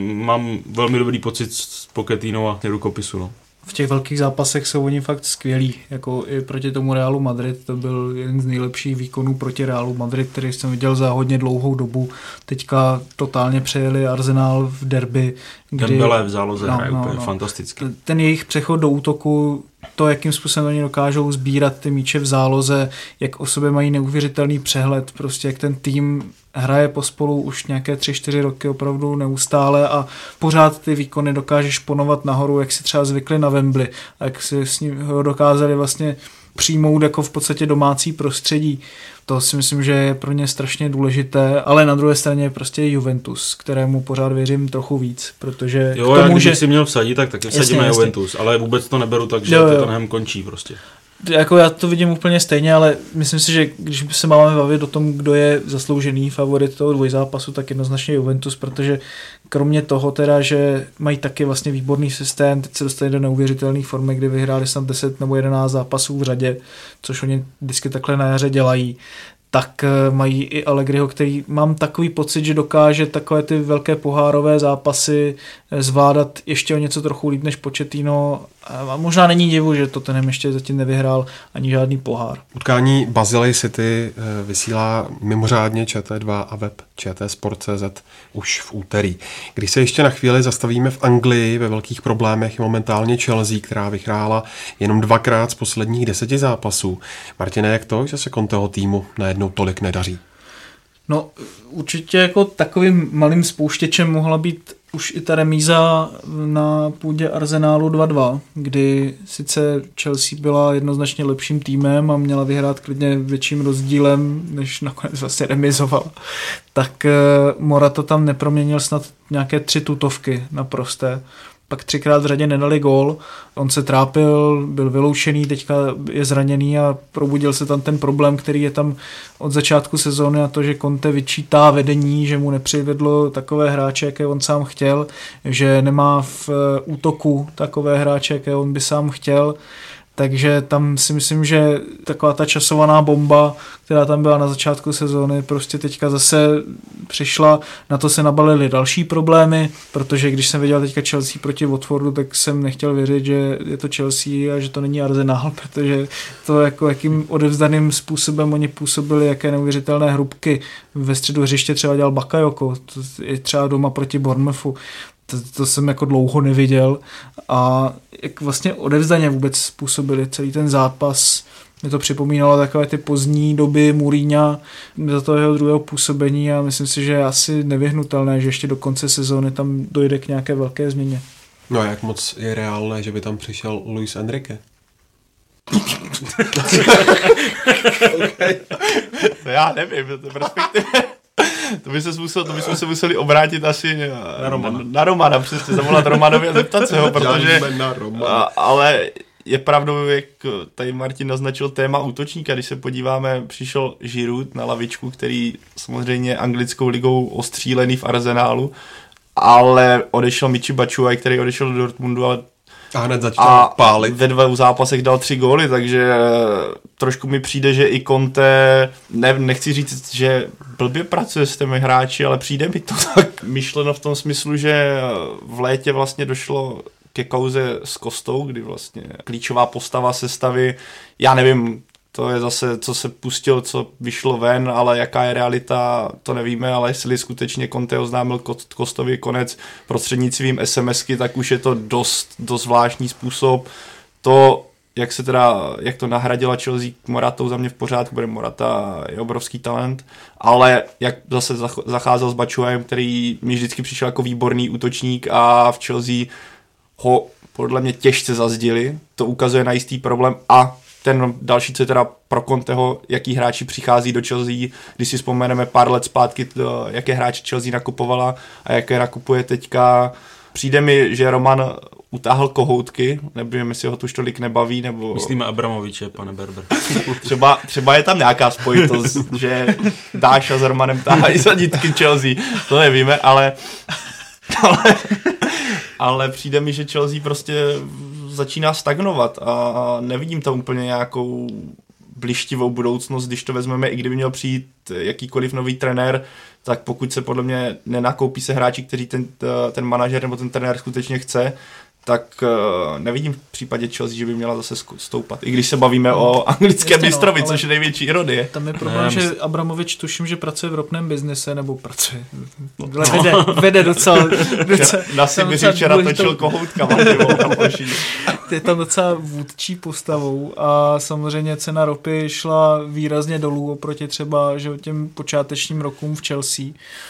mám velmi dobrý pocit z Pochettinova rukopisu. No. V těch velkých zápasech jsou oni fakt skvělí, jako i proti tomu Realu Madrid, to byl jeden z nejlepších výkonů proti Realu Madrid, který jsem viděl za hodně dlouhou dobu. Teďka totálně přejeli Arsenal v derby. Kdy... Dembele v záloze no, hraje no, úplně no. fantasticky. Ten jejich přechod do útoku, to, jakým způsobem oni dokážou sbírat ty míče v záloze, jak o sobě mají neuvěřitelný přehled, prostě jak ten tým hraje pospolu už nějaké tři čtyři roky opravdu neustále a pořád ty výkony dokážeš ponovat nahoru, jak si třeba zvykli na Wembley a jak si s ním ho dokázali vlastně přijmout jako v podstatě domácí prostředí. To si myslím, že je pro ně strašně důležité, ale na druhé straně je prostě Juventus, kterému pořád věřím trochu víc, protože jo, k tomu, já, že si měl vsadit, tak taky vsadíme jasně, Juventus, jasně. Ale vůbec to neberu tak, že Tottenham končí prostě. Jako já to vidím úplně stejně, ale myslím si, že když se máme bavit o tom, kdo je zasloužený favorit toho dvojzápasu, tak jednoznačně Juventus, protože kromě toho teda, že mají taky vlastně výborný systém, teď se dostali do neuvěřitelné formy, kdy vyhráli snad deset nebo jedenáct zápasů v řadě, což oni vždycky takhle na jaře dělají, tak mají i Allegriho, který mám takový pocit, že dokáže takové ty velké pohárové zápasy zvládat ještě o něco trochu líp než Pochettino. A možná není divu, že to ten ještě zatím nevyhrál ani žádný pohár. Utkání Bazilej City vysílá mimořádně Č T dva a web Č T Sport tečka cé zet už v úterý. Když se ještě na chvíli zastavíme v Anglii, ve velkých problémech je momentálně Chelsea, která vyhrála jenom dvakrát z posledních deseti zápasů. Martine, jak to, že se Conteho týmu najednou tolik nedaří? No určitě jako takovým malým spouštěčem mohla být už i ta remíza na půdě Arsenálu dva dva, kdy sice Chelsea byla jednoznačně lepším týmem a měla vyhrát klidně větším rozdílem, než nakonec vlastně remizoval, tak Morata tam neproměnil snad nějaké tři tutovky na prosté. Pak třikrát v řadě nedali gól, on se trápil, byl vyloučený, teďka je zraněný a probudil se tam ten problém, který je tam od začátku sezóny a to, že Conte vyčítá vedení, že mu nepřivedlo takové hráče, jaké on sám chtěl, že nemá v útoku takové hráče, jaké on by sám chtěl. Takže tam si myslím, že taková ta časovaná bomba, která tam byla na začátku sezóny, prostě teďka zase přišla, na to se nabalily další problémy, protože když jsem viděl teďka Chelsea proti Watfordu, tak jsem nechtěl věřit, že je to Chelsea a že to není Arsenal, protože to jako jakým odevzdaným způsobem oni působili, jaké neuvěřitelné hrubky ve středu hřiště třeba dělal Bakayoko, to je třeba doma proti Bournemouthu. To, to jsem jako dlouho neviděl a jak vlastně odevzdaně vůbec způsobili celý ten zápas. Mě to připomínalo takové ty pozdní doby Mourinha za toho jeho druhého působení a myslím si, že je asi nevyhnutelné, že ještě do konce sezóny tam dojde k nějaké velké změně. No a jak moc je reálné, že by tam přišel Luis Enrique? Okay. To já nevím, to perspektivě. To by se musel, to bychom se museli obrátit asi na Romana, na Romana přesně, zavolat Romanovi a zeptat se ho, protože, a, ale je pravdou, jak tady Martin naznačil téma útočníka, když se podíváme, přišel Giroud na lavičku, který samozřejmě anglickou ligou ostřílený v Arsenálu, ale odešel Michy Batshuayi, který odešel do Dortmundu, ale A hned začal pálit. Ve dvou zápasech dal tři góly, takže trošku mi přijde, že i Conte, ne, nechci říct, že blbě pracuje s těmi hráči, ale přijde mi to tak myšleno v tom smyslu, že v létě vlastně došlo ke kauze s Kostou, kdy vlastně klíčová postava sestavy, já nevím, to je zase, co se pustilo, co vyšlo ven, ale jaká je realita, to nevíme, ale jestli skutečně Conte oznámil Kostovi konec prostřednictvím SMSky, tak už je to dost, dost zvláštní způsob. To, jak se teda, jak to nahradila Chelsea Moratou, za mě v pořádku, protože Morata je obrovský talent, ale jak zase zacházel s Batshuayem, který mi vždycky přišel jako výborný útočník a v Chelsea ho podle mě těžce zazdili, to ukazuje na jistý problém a ten další, co je teda pro Conteho, jaký hráči přichází do Chelsea, když si vzpomeneme pár let zpátky, to, jaké hráči Chelsea nakupovala a jaké nakupuje teďka. Přijde mi, že Roman utáhl kohoutky, nevím, jestli ho to už tolik nebaví, nebo... Myslíme Abramoviče, pane Berber. třeba, třeba je tam nějaká spojitost, že Dáša s Romanem táhají za nitky Chelsea, to nevíme, ale... ale... ale přijde mi, že Chelsea prostě začíná stagnovat a nevidím tam úplně nějakou blištivou budoucnost, když to vezmeme, i kdyby měl přijít jakýkoliv nový trenér, tak pokud se podle mě nenakoupí se hráči, kteří ten, ten manažer nebo ten trenér skutečně chce, tak nevidím v případě Chelsea, že by měla zase stoupat. I když se bavíme no, o anglickém bistrovi, no, což je největší ironie. Tam je problém, ne, že mysl... Abramovič tuším, že pracuje v ropném biznise, nebo pracuje. No. Vede, vede docela... docela na Sibiři včera točil kohoutkama. Je tam docela vůdčí postavou a samozřejmě cena ropy šla výrazně dolů oproti třeba že těm počátečním rokům v Chelsea.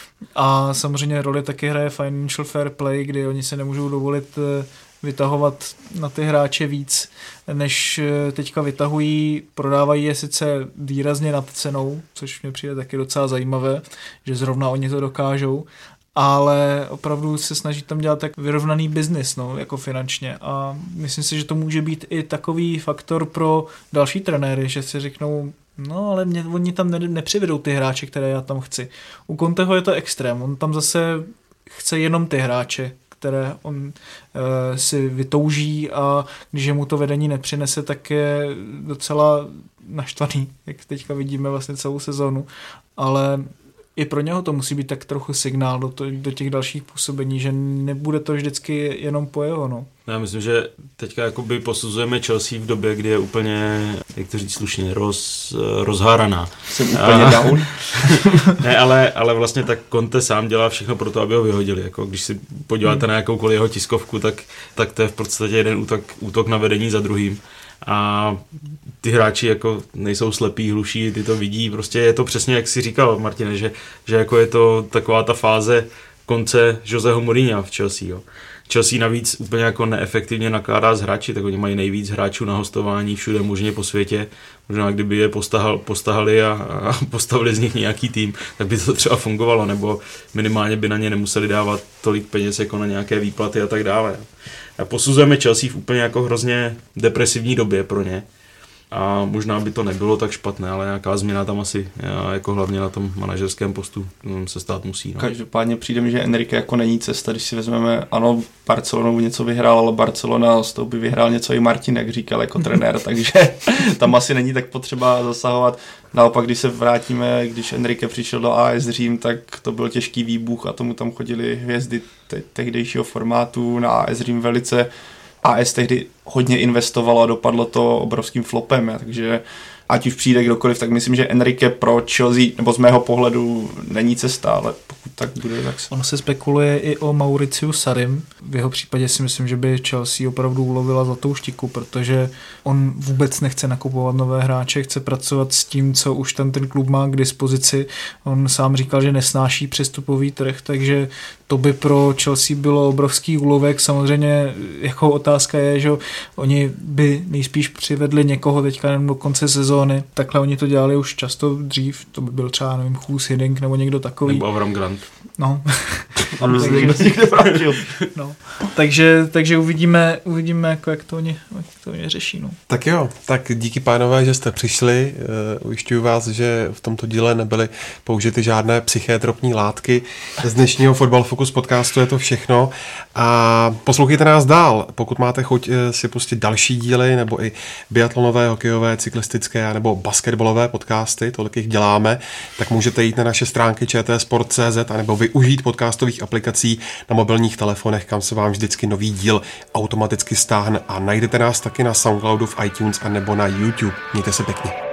A samozřejmě roli taky hraje financial fair play, kdy oni se nemůžou dovolit vytahovat na ty hráče víc, než teďka vytahují, prodávají je sice výrazně nad cenou, což mě přijde taky docela zajímavé, že zrovna oni to dokážou, ale opravdu se snaží tam dělat tak vyrovnaný biznis, no, jako finančně a myslím si, že to může být i takový faktor pro další trenéry, že si řeknou, no ale mě, oni tam ne, nepřivedou ty hráče, které já tam chci. U Conteho je to extrém, on tam zase chce jenom ty hráče, které on e, si vytouží a když mu to vedení nepřinese, tak je docela naštvaný, jak teďka vidíme vlastně celou sezónu, ale i pro něho to musí být tak trochu signál do, to, do těch dalších působení, že nebude to vždycky jenom po jeho, no. Já myslím, že teďka jakoby posuzujeme Chelsea v době, kdy je úplně, jak to říct slušně, roz, rozháraná. Jsem úplně a... down. Ne, ale, ale vlastně tak Conte sám dělá všechno pro to, aby ho vyhodili. Jako když si podíváte hmm. na jakoukoliv jeho tiskovku, tak, tak to je v podstatě jeden útok, útok na vedení za druhým. A ty hráči jako nejsou slepí, hluší, ty to vidí, prostě je to přesně, jak jsi říkal, Martine, že, že jako je to taková ta fáze konce Joseho Mourinha v Chelsea, jo. Chelsea navíc úplně jako neefektivně nakládá s hráči, tak oni mají nejvíc hráčů na hostování všude možně po světě. Možná kdyby je postahal, postahali a, a postavili z nich nějaký tým, tak by to třeba fungovalo, nebo minimálně by na ně nemuseli dávat tolik peněz jako na nějaké výplaty a tak dále. A posuzujeme Chelsea v úplně jako hrozně depresivní době pro ně. A možná by to nebylo tak špatné, ale nějaká změna tam asi jako hlavně na tom manažerském postu se stát musí. No. Každopádně přijde mi, že Enrique jako není cesta, když si vezmeme, ano, Barcelonou něco vyhrál, ale Barcelona z toho by vyhrál něco i Martin, jak říkal jako trenér, takže tam asi není tak potřeba zasahovat. Naopak, když se vrátíme, když Enrique přišel do A S Řím, tak to byl těžký výbuch a tomu tam chodili hvězdy te- tehdejšího formátu na A S Řím velice. A S tehdy hodně investovalo a dopadlo to obrovským flopem, takže ať už přijde kdokoliv, tak myslím, že Enrique pro Chelsea, nebo z mého pohledu není cesta, ale pokud tak bude, tak se... Ono se spekuluje i o Mauriciu Sarrim. V jeho případě si myslím, že by Chelsea opravdu ulovila zlatou štiku, protože on vůbec nechce nakupovat nové hráče, chce pracovat s tím, co už ten, ten klub má k dispozici. On sám říkal, že nesnáší přestupový trh, takže to by pro Chelsea bylo obrovský úlovek. Samozřejmě jako otázka je, že oni by nejspíš přivedli někoho teďka do konce sezóny. Takhle oni to dělali už často dřív. To by byl třeba, nevím, Hughes Hiddink nebo někdo takový. Nebo Avram Grant. No. takže, no. takže, takže uvidíme, uvidíme jako jak, to oni, jak to oni řeší. No. Tak jo, tak díky pánové, že jste přišli. Uh, ujišťuju vás, že v tomto díle nebyly použity žádné psychotropní látky z dnešního Fotbal Focus Focus podcastu je to všechno a poslouchejte nás dál. Pokud máte chuť si pustit další díly nebo i biatlonové, hokejové, cyklistické nebo basketbalové podcasty, tolik jich děláme, tak můžete jít na naše stránky č t sport tečka cé zet a nebo využít podcastových aplikací na mobilních telefonech, kam se vám vždycky nový díl automaticky stáhne a najdete nás taky na Soundcloudu, v iTunes a nebo na YouTube. Mějte se pěkně.